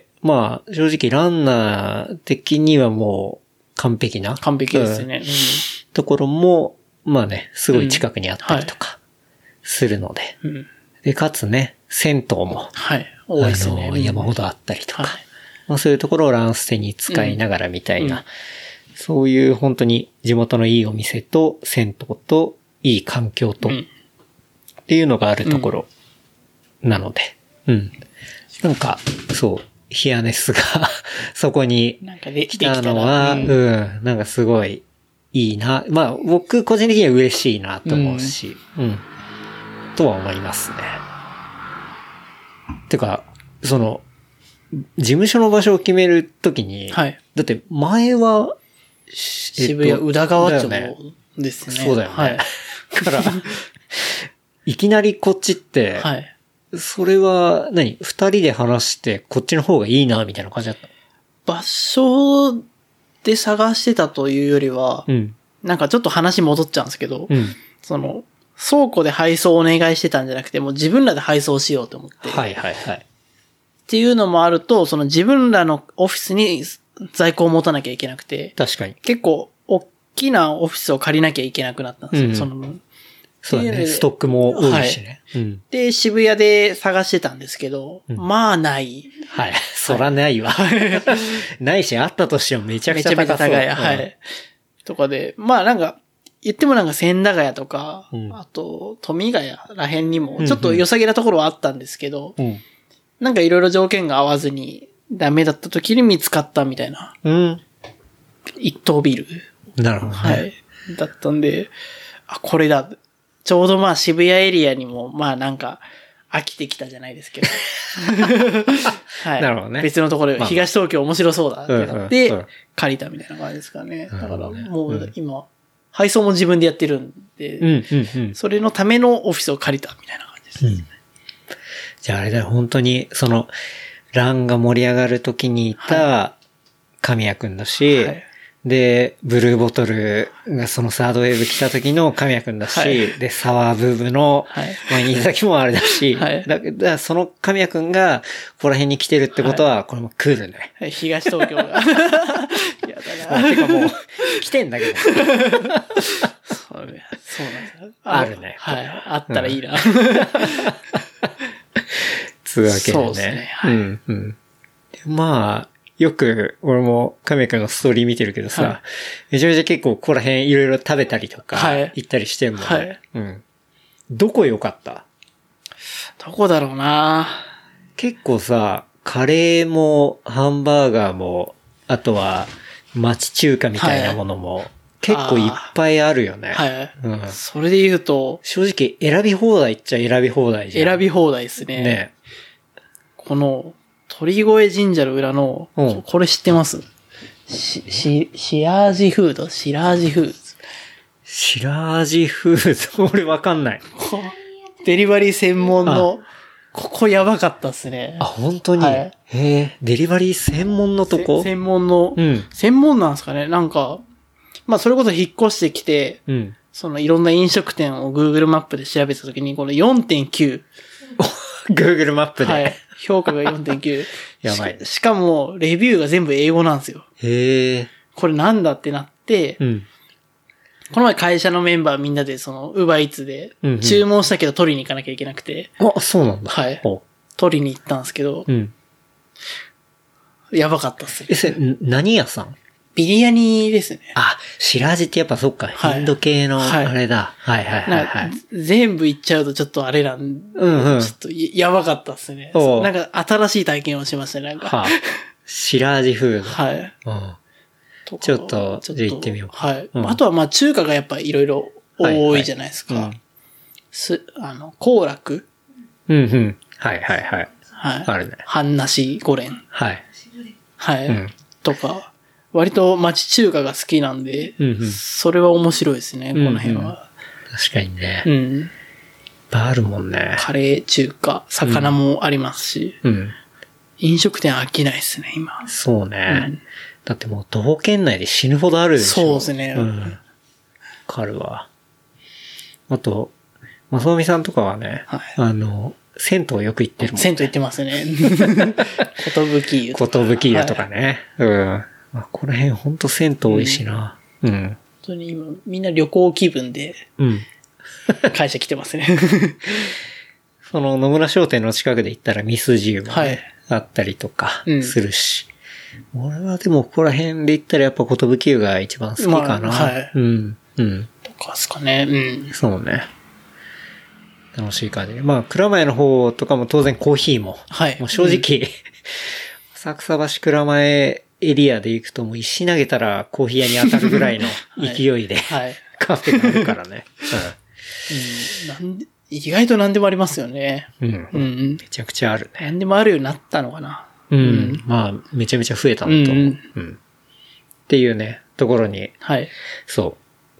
正直ランナー的にはもう完璧な。 完璧ですね。 ところも、すごい近くにあったりとか、するので。で、かつね、銭湯も。 はい。多いですね。 山ほどあったりとか。そういうところをランステに使いながらみたいな。そういう本当に地元のいいお店と、銭湯と、いい環境と、っていうのがあるところなので。なんか、そう、ヒアネスがそこに来たのは、なんかすごいいいな。僕個人的には嬉しいなと思うし、とは思いますね。てか、事務所の場所を決めるときに、だって前は、 渋谷宇田川町ですね。 そうだよね。はい。だから、いきなりこっちって、それは二人で話してこっちの方がいいなみたいな感じだった？ 場所で探してたというよりは、なんかちょっと話戻っちゃうんですけど、倉庫で配送をお願いしてたんじゃなくて、もう自分らで配送しようと思って。っていうのもあると、自分らのオフィスに在庫を持たなきゃいけなくて。 確かに。 結構、大きなオフィスを借りなきゃいけなくなったんですよ。 そうだね。ストックも多いしね。 で、渋谷で探してたんですけど、ない。 はい。そらないわ。ないし、あったとしてもめちゃくちゃ高そう。めちゃめちゃ高い。 はい。とかで、なんか、言ってもなんか千駄ヶ谷とか、あと、富ヶ谷ら辺にも、ちょっと良さげなところはあったんですけど、なんかいろいろ条件が合わずに、ダメだった時に見つかったみたいな。一棟ビル。 なるほどね。 はい。だったんで、これだ。ちょうど渋谷エリアにも、なんか、飽きてきたじゃないですけど。はい。 なるほどね。 別のところで、東東京面白そうだってなって、借りたみたいな感じですかね。だから、もう今、配送も自分でやってるんで、それのためのオフィスを借りたみたいな感じですね。 じゃああれだよ、本当に、ランが盛り上がる時にいた神谷くんだし、で、ブルーボトルがサードウェーブ来た時の神谷くんだし、で、サワーブーブの新崎もあれだし、だからその神谷くんがここら辺に来てるってことは、これもクールね。 東東京が。いや、だから。てかもう、来てんだけど。 そうなんですよ。 あるね。 はい。あったらいいな。 つうわけでね。そうですね。よく、俺も神谷くんのストーリー見てるけどさ、めちゃめちゃ結構ここら辺いろいろ食べたりとか、行ったりしてるもんね。どこ良かった？ どこだろうな。 結構さ、カレーもハンバーガーも、あとは町中華みたいなものも、結構いっぱいあるよね。 それで言うと、 正直選び放題っちゃ選び放題じゃん。 選び放題ですね。ね。この、鳥越神社の裏の、これ知ってます？シラージフード。シラージフード俺わかんない。 デリバリー専門の、ここやばかったっすね。 本当に、へえ、デリバリー専門のとこ？ 専門の、専門なんですかね。なんか、それこそ引っ越してきて、いろんな飲食店を Google マップで調べたときに、この 4.9。 Google マップで。 はい。評価が 4.9。 やばい。 しかも、レビューが全部英語なんですよ。 へえ。 これなんだってなって、この前会社のメンバーみんなでUber Eatsで注文したけど取りに行かなきゃいけなくて。 そうなんだ。 はい。取りに行ったんですけど、やばかったっすね。 何屋さん？ ビリヤニですね。 白味ってやっぱそっか、インド系のあれだ。 全部行っちゃうとちょっとあれちょっとやばかったっすね。なんか新しい体験をしましたね、なんか。 白味フード。 はい。 ちょっと、じゃあ行ってみよう。 はい。あとは中華がやっぱいろいろ多いじゃないですか。 はいはい幸楽うんうん。はいはいはい。 はい。 あるね。 半なし5連。 はい。 はい。とか、割と町中華が好きなんで、それは面白いですね、この辺は。 確かにね。 うん。 あるもんね。 カレー、中華、魚もありますし、飲食店飽きないですね、今。 そうね。だってもう徒歩圏内で死ぬほどあるでしょ。 そうですね。わかるわ。あと、まさみさんとかはね、銭湯よく行ってるもんね。 銭湯行ってますね。ことぶき湯とか。 ことぶき湯とかね。この辺ほんと銭湯多いしな。 本当に今、みんな旅行気分で、会社来てますね。 その野村商店の近くで行ったらミスジ湯もあったりとかするし。俺はでもここら辺で行ったらやっぱことぶき湯が一番好きかな。 はい。とかですかね。 そうね。楽しい感じで。まあ、蔵前の方とかも当然コーヒーも。 はい。 もう正直、浅草橋蔵前エリアで行くともう石投げたらコーヒー屋に当たるぐらいの勢いで、カフェがあるからね。 意外と何でもありますよね。 めちゃくちゃあるね。 何でもあるようになったのかな。 まあ、めちゃめちゃ増えたのと。っていうね、ところに、そう、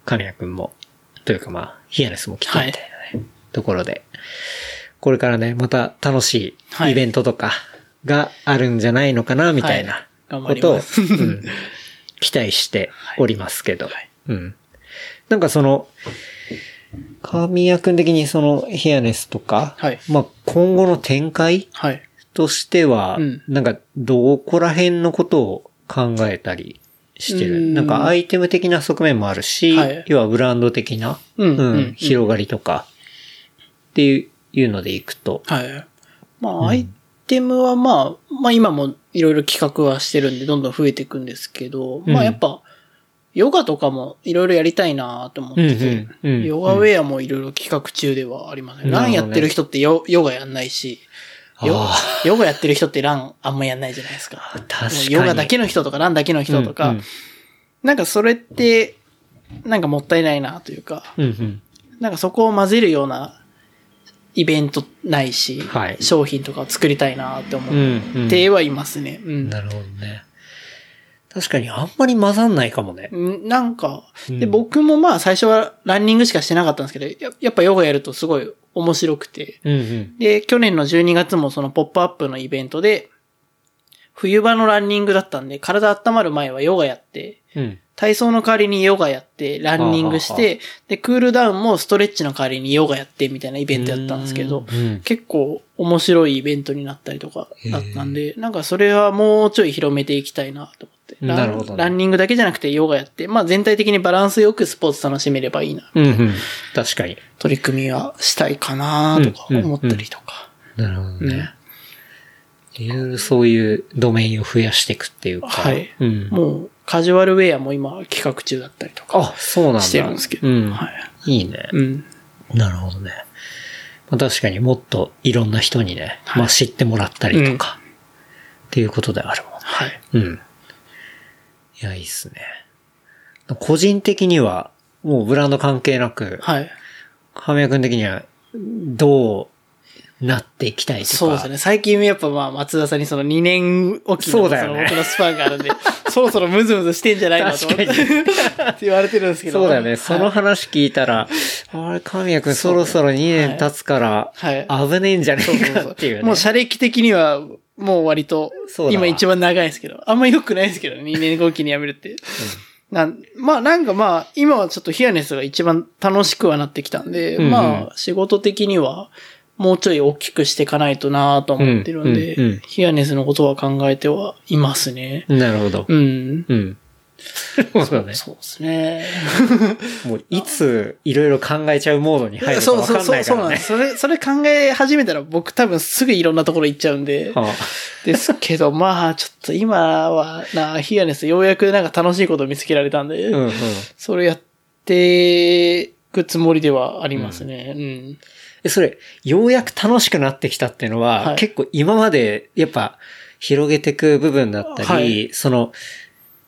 神谷くんも、というかまあ、ヒアネスも来てみたいなね、ところで、これからね、また楽しいイベントとかがあるんじゃないのかな、みたいなことを、期待しておりますけど、なんかその、神谷くん的にそのヒアネスとか、まあ今後の展開としては、なんかどこら辺のことを考えたりしてる。なんかアイテム的な側面もあるし、要はブランド的な、広がりとかっていうのでいくと。 まあアイテムはまあ今もいろいろ企画はしてるんでどんどん増えていくんですけど、まあやっぱヨガとかもいろいろやりたいなと思ってて、ヨガウェアもいろいろ企画中ではありますね。ランやってる人ってヨガやんないし、ヨガやってる人ってランあんまやんないじゃないですか。 確かに。 ヨガだけの人とかランだけの人とか、なんかそれってなんかもったいないなというか、なんかそこを混ぜるようなイベントないし、商品とかを作りたいなって思ってはいますね。 なるほどね。確かにあんまり混ざんないかもね。 なんか、で、僕もまあ最初はランニングしかしてなかったんですけど、やっぱヨガやるとすごい面白くて。で、去年の12月もそのポップアップのイベントで、冬場のランニングだったんで、体温まる前はヨガやって、体操の代わりにヨガやって、ランニングして、で、クールダウンもストレッチの代わりにヨガやってみたいなイベントやったんですけど、結構面白いイベントになったりとかだったんで、なんかそれはもうちょい広めていきたいなと思って。 なるほど、 ランニングだけじゃなくてヨガやって、まあ全体的にバランスよくスポーツ楽しめればいいな。 確かに。 取り組みはしたいかなとか思ったりとか。 なるほどね。いろいろそういうドメインを増やしていくっていうか。 もうカジュアルウェアも今企画中だったりとか。 そうなんだ。 してるんですけど。 いいね。なるほどね。まあ、確かにもっといろんな人にね、まあ知ってもらったりとか、っていうことであるもんね。いや、いいっすね。個人的には、もうブランド関係なく、神谷くん的には、どうなっていきたいとか。 そうですね。最近やっぱまあ、松田さんにその2年おきの僕のスパンがあるんで、そろそろムズムズしてんじゃないのと思ってって言われてるんですけど。 そうだよね。その話聞いたら、あれ、神谷くんそろそろ2年経つから、危ねえんじゃねえかっていうね。 もう社歴的には、もう割と、今一番長いですけど、あんま良くないですけどね、2年後期に辞めるって。まあ、今はちょっとヒアネスが一番楽しくはなってきたんで、まあ、仕事的には、もうちょい大きくしていかないとなと思ってるんで、ヒアネスのことは考えてはいますね。 なるほど。 そうですね。 もういついろいろ考えちゃうモードに入るか分かんないからね。 そうなんです。それ考え始めたら僕多分すぐいろんなところ行っちゃうんで。ですけど、まあちょっと今はヒアネスようやくなんか楽しいことを見つけられたんで、それやっていくつもりではありますね。 それ、ようやく楽しくなってきたっていうのは、結構今までやっぱ広げていく部分だったり、その、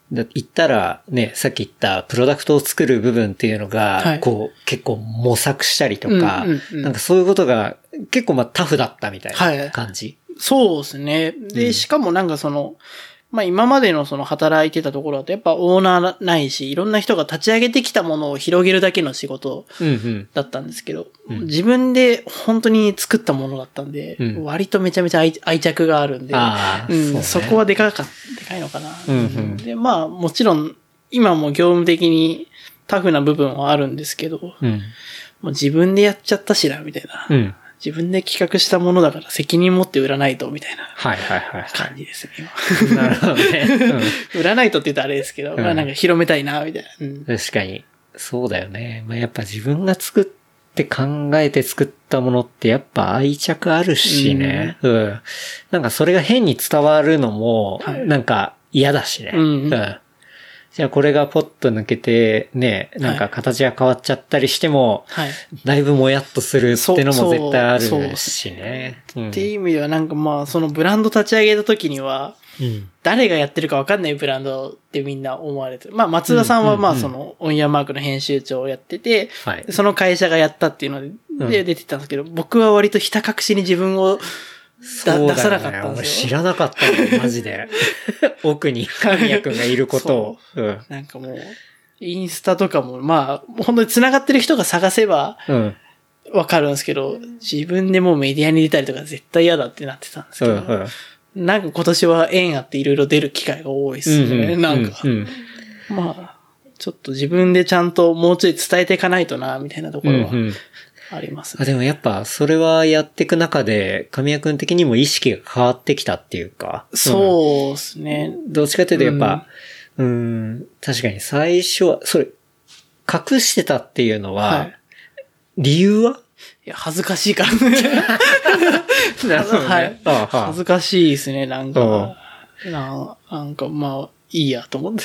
言ったらね、さっき言ったプロダクトを作る部分っていうのが、はい、こう結構模索したりとか、なんかそういうことが結構タフだったみたいな感じ、 はい、そうですね。で、しかもなんか今までの働いてたところだとやっぱオーナーないし、いろんな人が立ち上げてきたものを広げるだけの仕事だったんですけど、自分で本当に作ったものだったんで、割とめちゃめちゃ愛着があるんで、そこはでかいのかな。で、もちろん今も業務的にタフな部分はあるんですけど、もう自分でやっちゃったしな、みたいな。自分で企画したものだから責任持って売らないとみたいな感じですね。 なるほどね。 売らないとって言うとあれですけど、なんか広めたいなみたいな、確かに。そうだよね。やっぱ自分が作って考えて作ったものってやっぱ愛着あるしね。なんかそれが変に伝わるのもなんか嫌だしね。じゃあこれがポッと抜けて、ね、なんか形が変わっちゃったりしても、だいぶもやっとするっていうのも絶対あるしね。 っていう意味ではなんかそのブランド立ち上げた時には、誰がやってるか分かんないブランドってみんな思われてる。松田さんはそのオンヤーマークの編集長をやってて、その会社がやったっていうので出てたんですけど、僕は割とひた隠しに自分を出さなかったんですよ。 知らなかったのマジで。奥に神谷くんがいることを。 なんかもう、インスタとかも本当に繋がってる人が探せば、わかるんですけど、自分でもうメディアに出たりとか絶対嫌だってなってたんですけど、なんか今年は縁あっていろいろ出る機会が多いですね。なんか、ちょっと自分でちゃんともうちょい伝えていかないとな、みたいなところは。ありますね。 でもやっぱそれはやっていく中で神谷くん的にも意識が変わってきたっていうか。 そうですね。 どっちかというとやっぱ、確かに最初は、それ、隠してたっていうのは、理由はいや、恥ずかしいからね。なるほどね。恥ずかしいですね、なんか。なんかいいやと思って。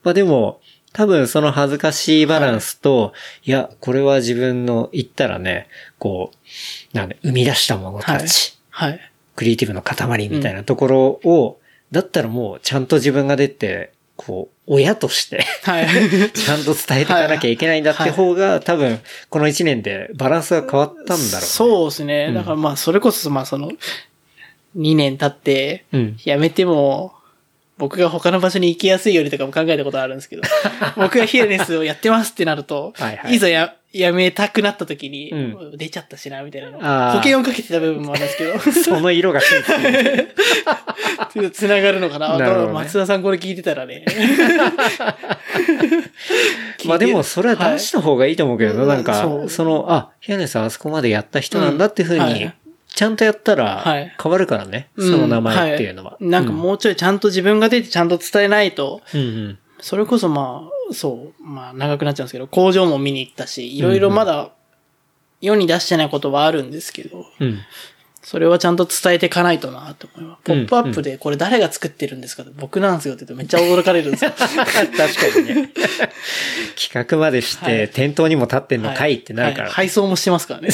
でも、多分その恥ずかしいバランスと、いや、これは自分の言ったらね、こう、生み出したものたち、クリエイティブの塊みたいなところを、だったらもうちゃんと自分が出て、こう、親として、ちゃんと伝えていかなきゃいけないんだって方が、多分この1年でバランスが変わったんだろうね。 そうですね。だからそれこそその、2年経って、やめても、僕が他の場所に行きやすいようにとかも考えたことあるんですけど、僕がヒアネスをやってますってなると、いざやめたくなった時に、出ちゃったしな、みたいなの。保険をかけてた部分もあるんですけど。 その色がついて繋がるのかな。松田さんこれ聞いてたらね。 でもそれは出した方がいいと思うけど、なんか、ヒアネスあそこまでやった人なんだっていうふうに、ちゃんとやったら変わるからね、その名前っていうのは。 なんかもうちょいちゃんと自分が出てちゃんと伝えないと、それこそ長くなっちゃうんですけど、工場も見に行ったし、いろいろまだ世に出してないことはあるんですけど、それはちゃんと伝えていかないとなと思います。ポップアップでこれ誰が作ってるんですかって僕なんですよって言うとめっちゃ驚かれるんですよ。 確かにね。企画までして店頭にも立ってんのかいってなるから。 配送もしてますからね。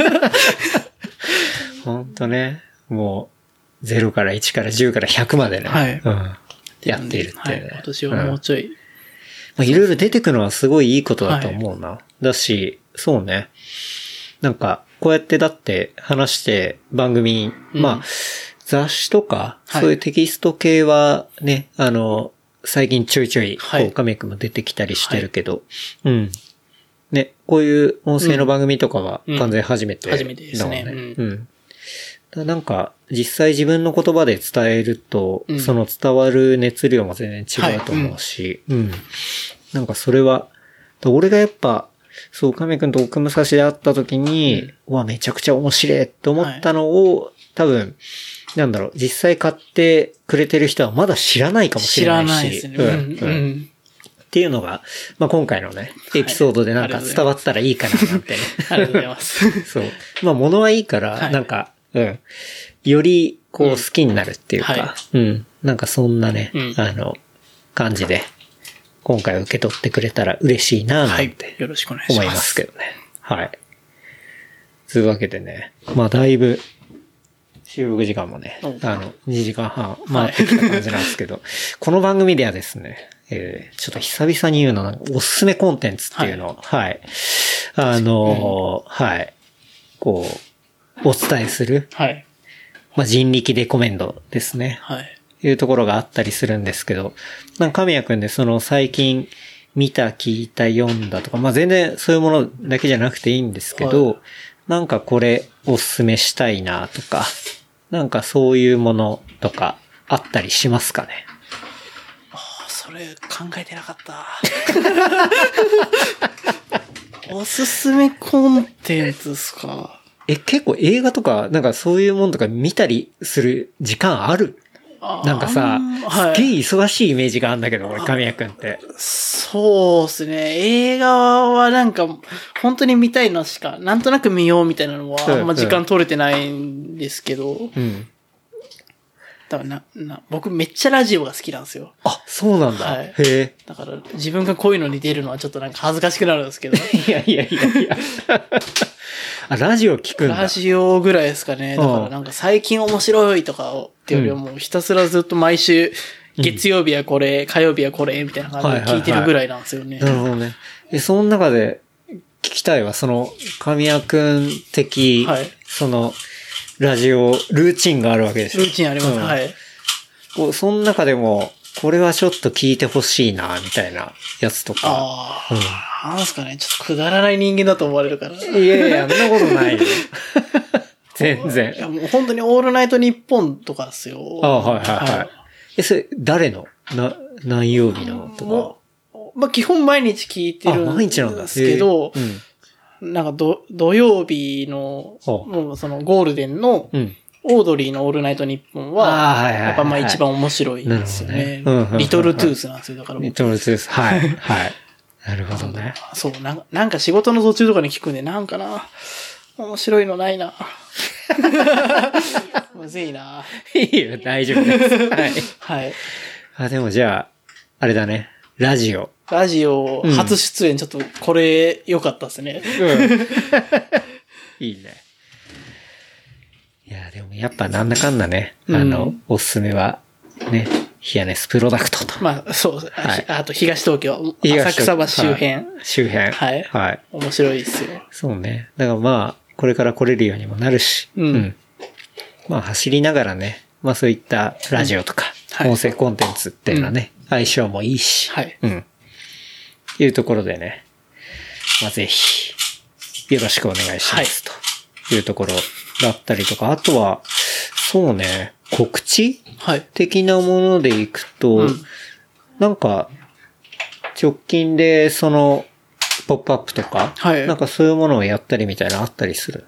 ほんとね。もう、0から1から10から100までね。やっているってね。 今年はもうちょい。 いろいろ出てくのはすごいいいことだと思うな。だし、そうね。なんか、こうやってだって話して番組、雑誌とか、そういうテキスト系はね、最近ちょいちょい、神谷くんも出てきたりしてるけど、ね、こういう音声の番組とかは完全初めてだもんね。初めてですね。なんか、実際自分の言葉で伝えると、その伝わる熱量も全然違うと思うし、なんかそれは、俺がやっぱ、そう、神谷くんと奥武蔵で会った時に、めちゃくちゃ面白いって思ったのを、多分、実際買ってくれてる人はまだ知らないかもしれないし。知らないですね。っていうのが、今回のね、エピソードでなんか伝わったらいいかななんてね。 ありがとうございます。 そう。物はいいから、なんか、よりこう好きになるっていうか、なんかそんなね、感じで、今回受け取ってくれたら嬉しいななんてよろしくお願いします。 思いますけどね。はい。というわけでね、だいぶ収録時間もね、2時間半回ってきた感じなんですけど、この番組ではですね、ちょっと久々に言うのなんかおすすめコンテンツっていうのを、はい。はい。こう、お伝えする。 はい。 まあ、人力レコメンドですね。 はい。 いうところがあったりするんですけど、なんか神谷くんでその最近見た、聞いた、読んだとか、まあ、全然そういうものだけじゃなくていいんですけど、はい、なんかこれおすすめしたいなとか、なんかそういうものとかあったりしますかね？ それ考えてなかった。おすすめコンテンツですか？ 結構映画とか、なんかそういうものとか見たりする時間ある？なんかさ、はい、すっげえ忙しいイメージがあるんだけど、俺、神谷くんって。 そうですね。映画はなんか、本当に見たいのしか、なんとなく見ようみたいなのは、あんま時間取れてないんですけど。うん。だから僕めっちゃラジオが好きなんですよ。 あ、そうなんだ。はい、へえ。 だから自分がこういうのに出るのはちょっとなんか恥ずかしくなるんですけど。 いや。あ、ラジオ聞くんだ。 ラジオぐらいですかね。だからなんか最近面白いとかっていうよりはもうひたすらずっと毎週、月曜日はこれ、火曜日はこれ、みたいな感じで聞いてるぐらいなんですよね。 なるほどね。その中で聞きたいわ、その、神谷くん的、はい、その、ラジオ、ルーチンがあるわけでしょ。 ルーチンあります、はい。 その中でも、これはちょっと聞いてほしいな、みたいなやつとか。 ああ、なんすかね、ちょっとくだらない人間だと思われるから。 いや、そんなことないよ。全然。 いや、もう本当にオールナイトニッポンとかですよ。 はい。それ、誰の何曜日のとか。 まあ、基本毎日聞いてるんですけど、なんか土曜日の、もうそのゴールデンの、オードリーのオールナイトニッポンは、やっぱまあ一番面白いですよね。リトルトゥースなんですよ、だから。 リトルトゥース。はい。なるほどね。 そう、なんか仕事の途中とかに聞くんで、なんかな、面白いのないな。むずいな。 いいよ、大丈夫です。はい。 はい。 でもじゃあ、あれだね。ラジオ初出演、ちょっとこれ良かったですね。 いいね。いや、でもやっぱなんだかんだね、おすすめは、ね、ヒアネスプロダクトと。 まあ、そうです。はい、あと東東京、浅草橋周辺。 周辺。 はい。面白いですよ。 そうね。だからまあ、これから来れるようにもなるし、まあ走りながらね、まあそういったラジオとか、音声コンテンツっていうのはね、相性もいいし、いうところでね、まあぜひ、よろしくお願いします、というところだったりとか、あとは、そうね、告知的なものでいくと、なんか、直近でその、ポップアップとか、なんかそういうものをやったりみたいなのあったりする？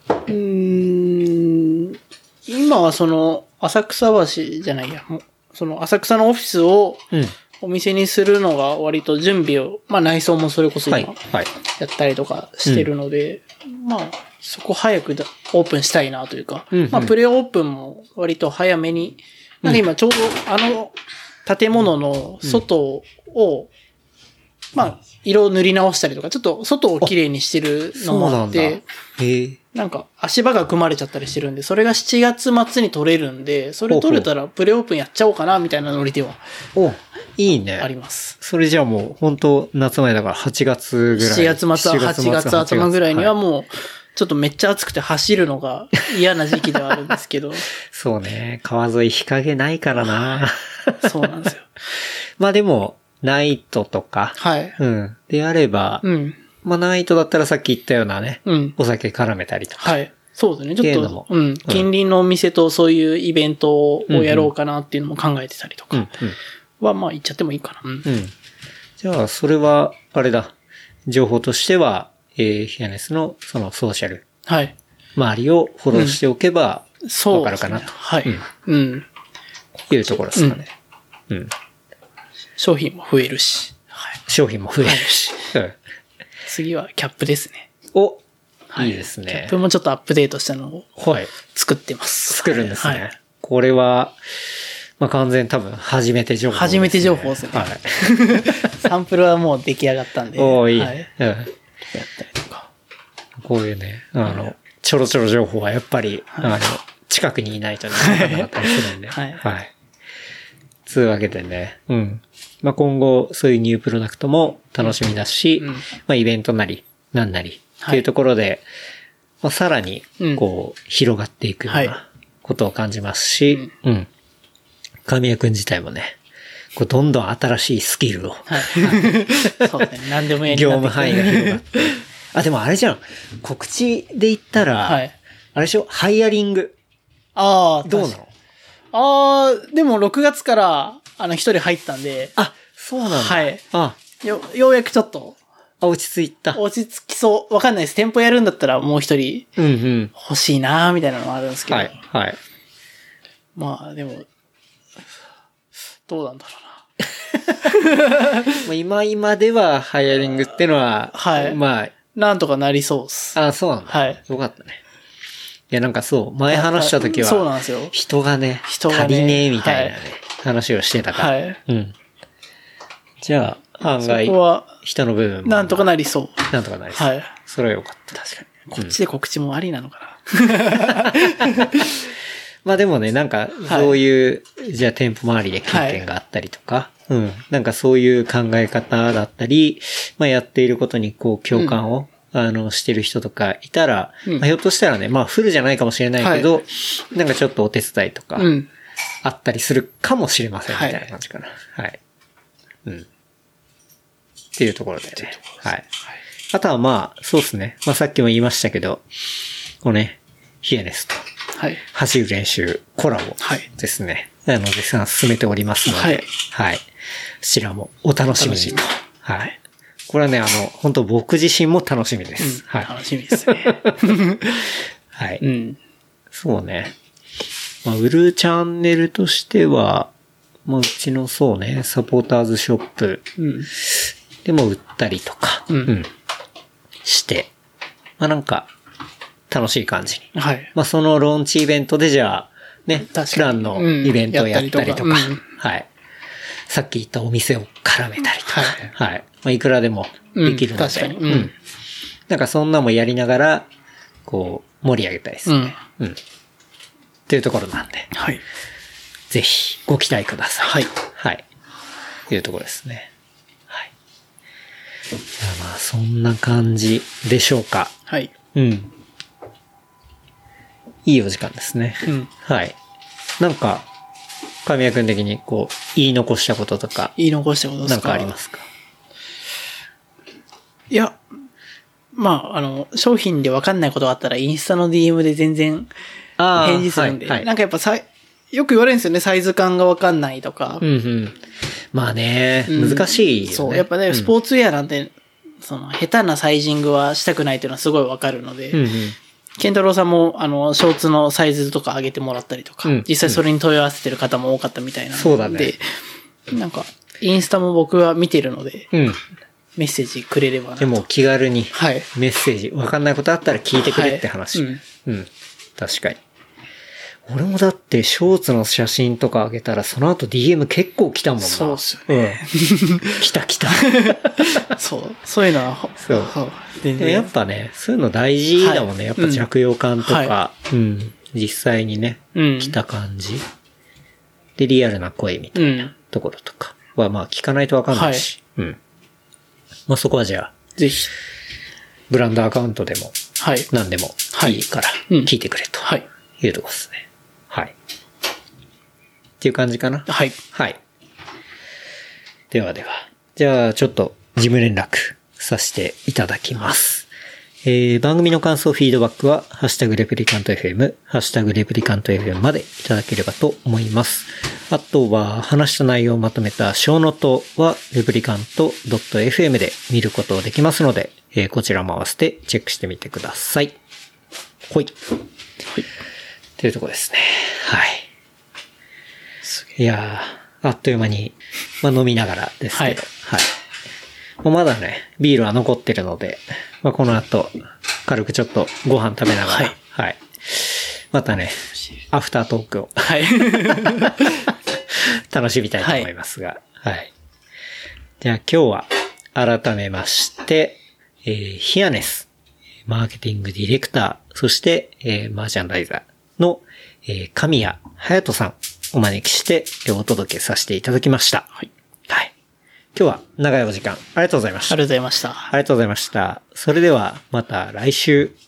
今はその、浅草橋じゃないや、その浅草のオフィスをお店にするのが割と準備を、まあ内装もそれこそ今やったりとかしてるので、まあそこ早くオープンしたいなというか、まあプレオープンも割と早めに、なんか今ちょうど建物の外を、まあ色を塗り直したりとか、ちょっと外をきれいにしてるのもあって、なんか足場が組まれちゃったりしてるんで、それが7月末に取れるんで、それ取れたらプレオープンやっちゃおうかなみたいなノリでは。 いいね。 あります。 それじゃあもう本当夏前だから8月ぐらい。 7月末、8月頭ぐらいにはもう、ちょっとめっちゃ暑くて走るのが嫌な時期ではあるんですけど。 そうね。川沿い日陰ないからな。 そうなんですよ。 まあでも、ナイトとか。であれば、まあナイトだったらさっき言ったようなね。お酒絡めたりとか。 そうですね。ちょっと、近隣のお店とそういうイベントをやろうかなっていうのも考えてたりとか。は、まあ言っちゃってもいいかな。 じゃあ、それは、あれだ。情報としては、ヒアネスのそのソーシャル。周りをフォローしておけば、わかるかなと。いうところですかね。 商品も増えるし。 商品も増えるし。 次はキャップですね。 いいですね。 キャップもちょっとアップデートしたのを作ってます。 作るんですね。これは、まあ完全多分初めて情報ですね。 初めて情報ですね。サンプルはもう出来上がったんで。 いい。やったりとか。こういうね、ちょろちょろ情報はやっぱり、 近くにいないとね、わかんなかったりするんで。はい。はい。つうわけでね、うん。まあ、今後、そういうニュープロダクトも楽しみだし、まあ、イベントなり、なんなり、っていうところで、まあ、さらに、こう、広がっていくようなことを感じますし、神谷くん自体もね、こうどんどん新しいスキルを。はい。 そうね。何でもやり業務範囲が広がって。あ、でもあれじゃん。告知で言ったら、はい、あれでしょハイアリング。 ああ、 どうなの？ ああ、でも6月から、一人入ったんで。 あ、そうなんだ。 はい。 あようやくちょっと。 落ち着いた。 落ち着きそう。わかんないです。店舗やるんだったらもう一人。欲しいなーみたいなのはあるんですけど。 はい。はい。 まあ、でも、どうなんだろうな。今ではハイアリングってのは、 はい。 まあ、 なんとかなりそうっす。 あ、そうなんだ。はい。よかったね。いや、なんかそう、前話した時は、 そうなんですよ。 人がね、足りねえみたいなね、話をしてたから。はい。うん。じゃあ、案外、人の部分も。 なんとかなりそう。 なんとかなりそう。はい。それはよかった。 確かに。こっちで告知もありなのかな。 まあでもね、なんか、そういう、じゃあ店舗周りで経験があったりとか、うん。なんかそういう考え方だったり、まあやっていることにこう共感を、してる人とかいたら、まあ、ひょっとしたらね、まあフルじゃないかもしれないけど、なんかちょっとお手伝いとか、あったりするかもしれませんみたいな感じかな。はい。うん。っていうところでね。はい。あとはまあ、そうですね。まあさっきも言いましたけど、こうね、ヒエネスと、走る練習コラボですね。絶賛進めておりますので、はい。こちらもお楽しみにと。はい。これはね、本当僕自身も楽しみです。はい。 楽しみですね。 はい。うん。そうね。まあ、売るチャンネルとしては、まあ、うちのそうね、サポーターズショップでも売ったりとか、して、まあなんか、楽しい感じに。はい。まあそのローンチイベントでじゃあ、ね、プランのイベントをやったりとか、はい。さっき言ったお店を絡めたりとか、はい。まあいくらでもできるので、確かに。なんかそんなもやりながら、こう、盛り上げたいですね。っていうところなんで、はい。ぜひご期待ください。はい。はい。というところですね。はい。じゃあまあそんな感じでしょうか。はい。うん。いいお時間ですね。はい。なんか、神谷くん的にこう、言い残したこととか。 言い残したことですか？ なんかありますか？ いや、まあ、商品で分かんないことがあったらインスタの DM で全然返事するんで、なんかやっぱよく言われるんですよね、サイズ感が分かんないとか。 まあね、難しいよね。 そう、やっぱね、スポーツウェアなんて、下手なサイジングはしたくないというのはすごい分かるので、ケンタロウさんも、ショーツのサイズとか上げてもらったりとか、実際それに問い合わせてる方も多かったみたいなので、そうだね。なんか、インスタも僕は見てるので、メッセージくれればなと。 でも気軽に、メッセージ、わかんないことあったら聞いてくれって話。確かに。俺もだってショーツの写真とか上げたらその後 DM 結構来たもんな。 そうっすよね。 来た。 そういうのは、そう。 でやっぱね、そういうの大事だもんね。やっぱ着用感とか、実際にね、来た感じ。で、リアルな声みたいなところとかはまあ聞かないとわかんないし。まあそこはじゃあ、 ぜひ、 ブランドアカウントでも、何でもいいから聞いてくれというところですね。はい。っていう感じかな。はい。はい。では。じゃあ、ちょっと事務連絡させていただきます。番組の感想、フィードバックは、ハッシュタグレプリカント FM、ハッシュタグレプリカント FM までいただければと思います。あとは、話した内容をまとめた小ノートは、レプリカント .fm で見ることができますので、こちらも合わせてチェックしてみてください。はい。というところですね。はい。いやー、あっという間に、まあ飲みながらですけど、はい。まだね、ビールは残ってるので、まあこの後、軽くちょっとご飯食べながら、はい。またね、アフタートークを、はい。楽しみたいと思いますが、はい。じゃあ今日は、改めまして、ヒアネス、マーケティングディレクター、そして、マーチャンダイザーの、 神谷隼人さんお招きしてお届けさせていただきました。 はい。 はい。今日は長いお時間ありがとうございました。 ありがとうございました。 ありがとうございました。それではまた来週。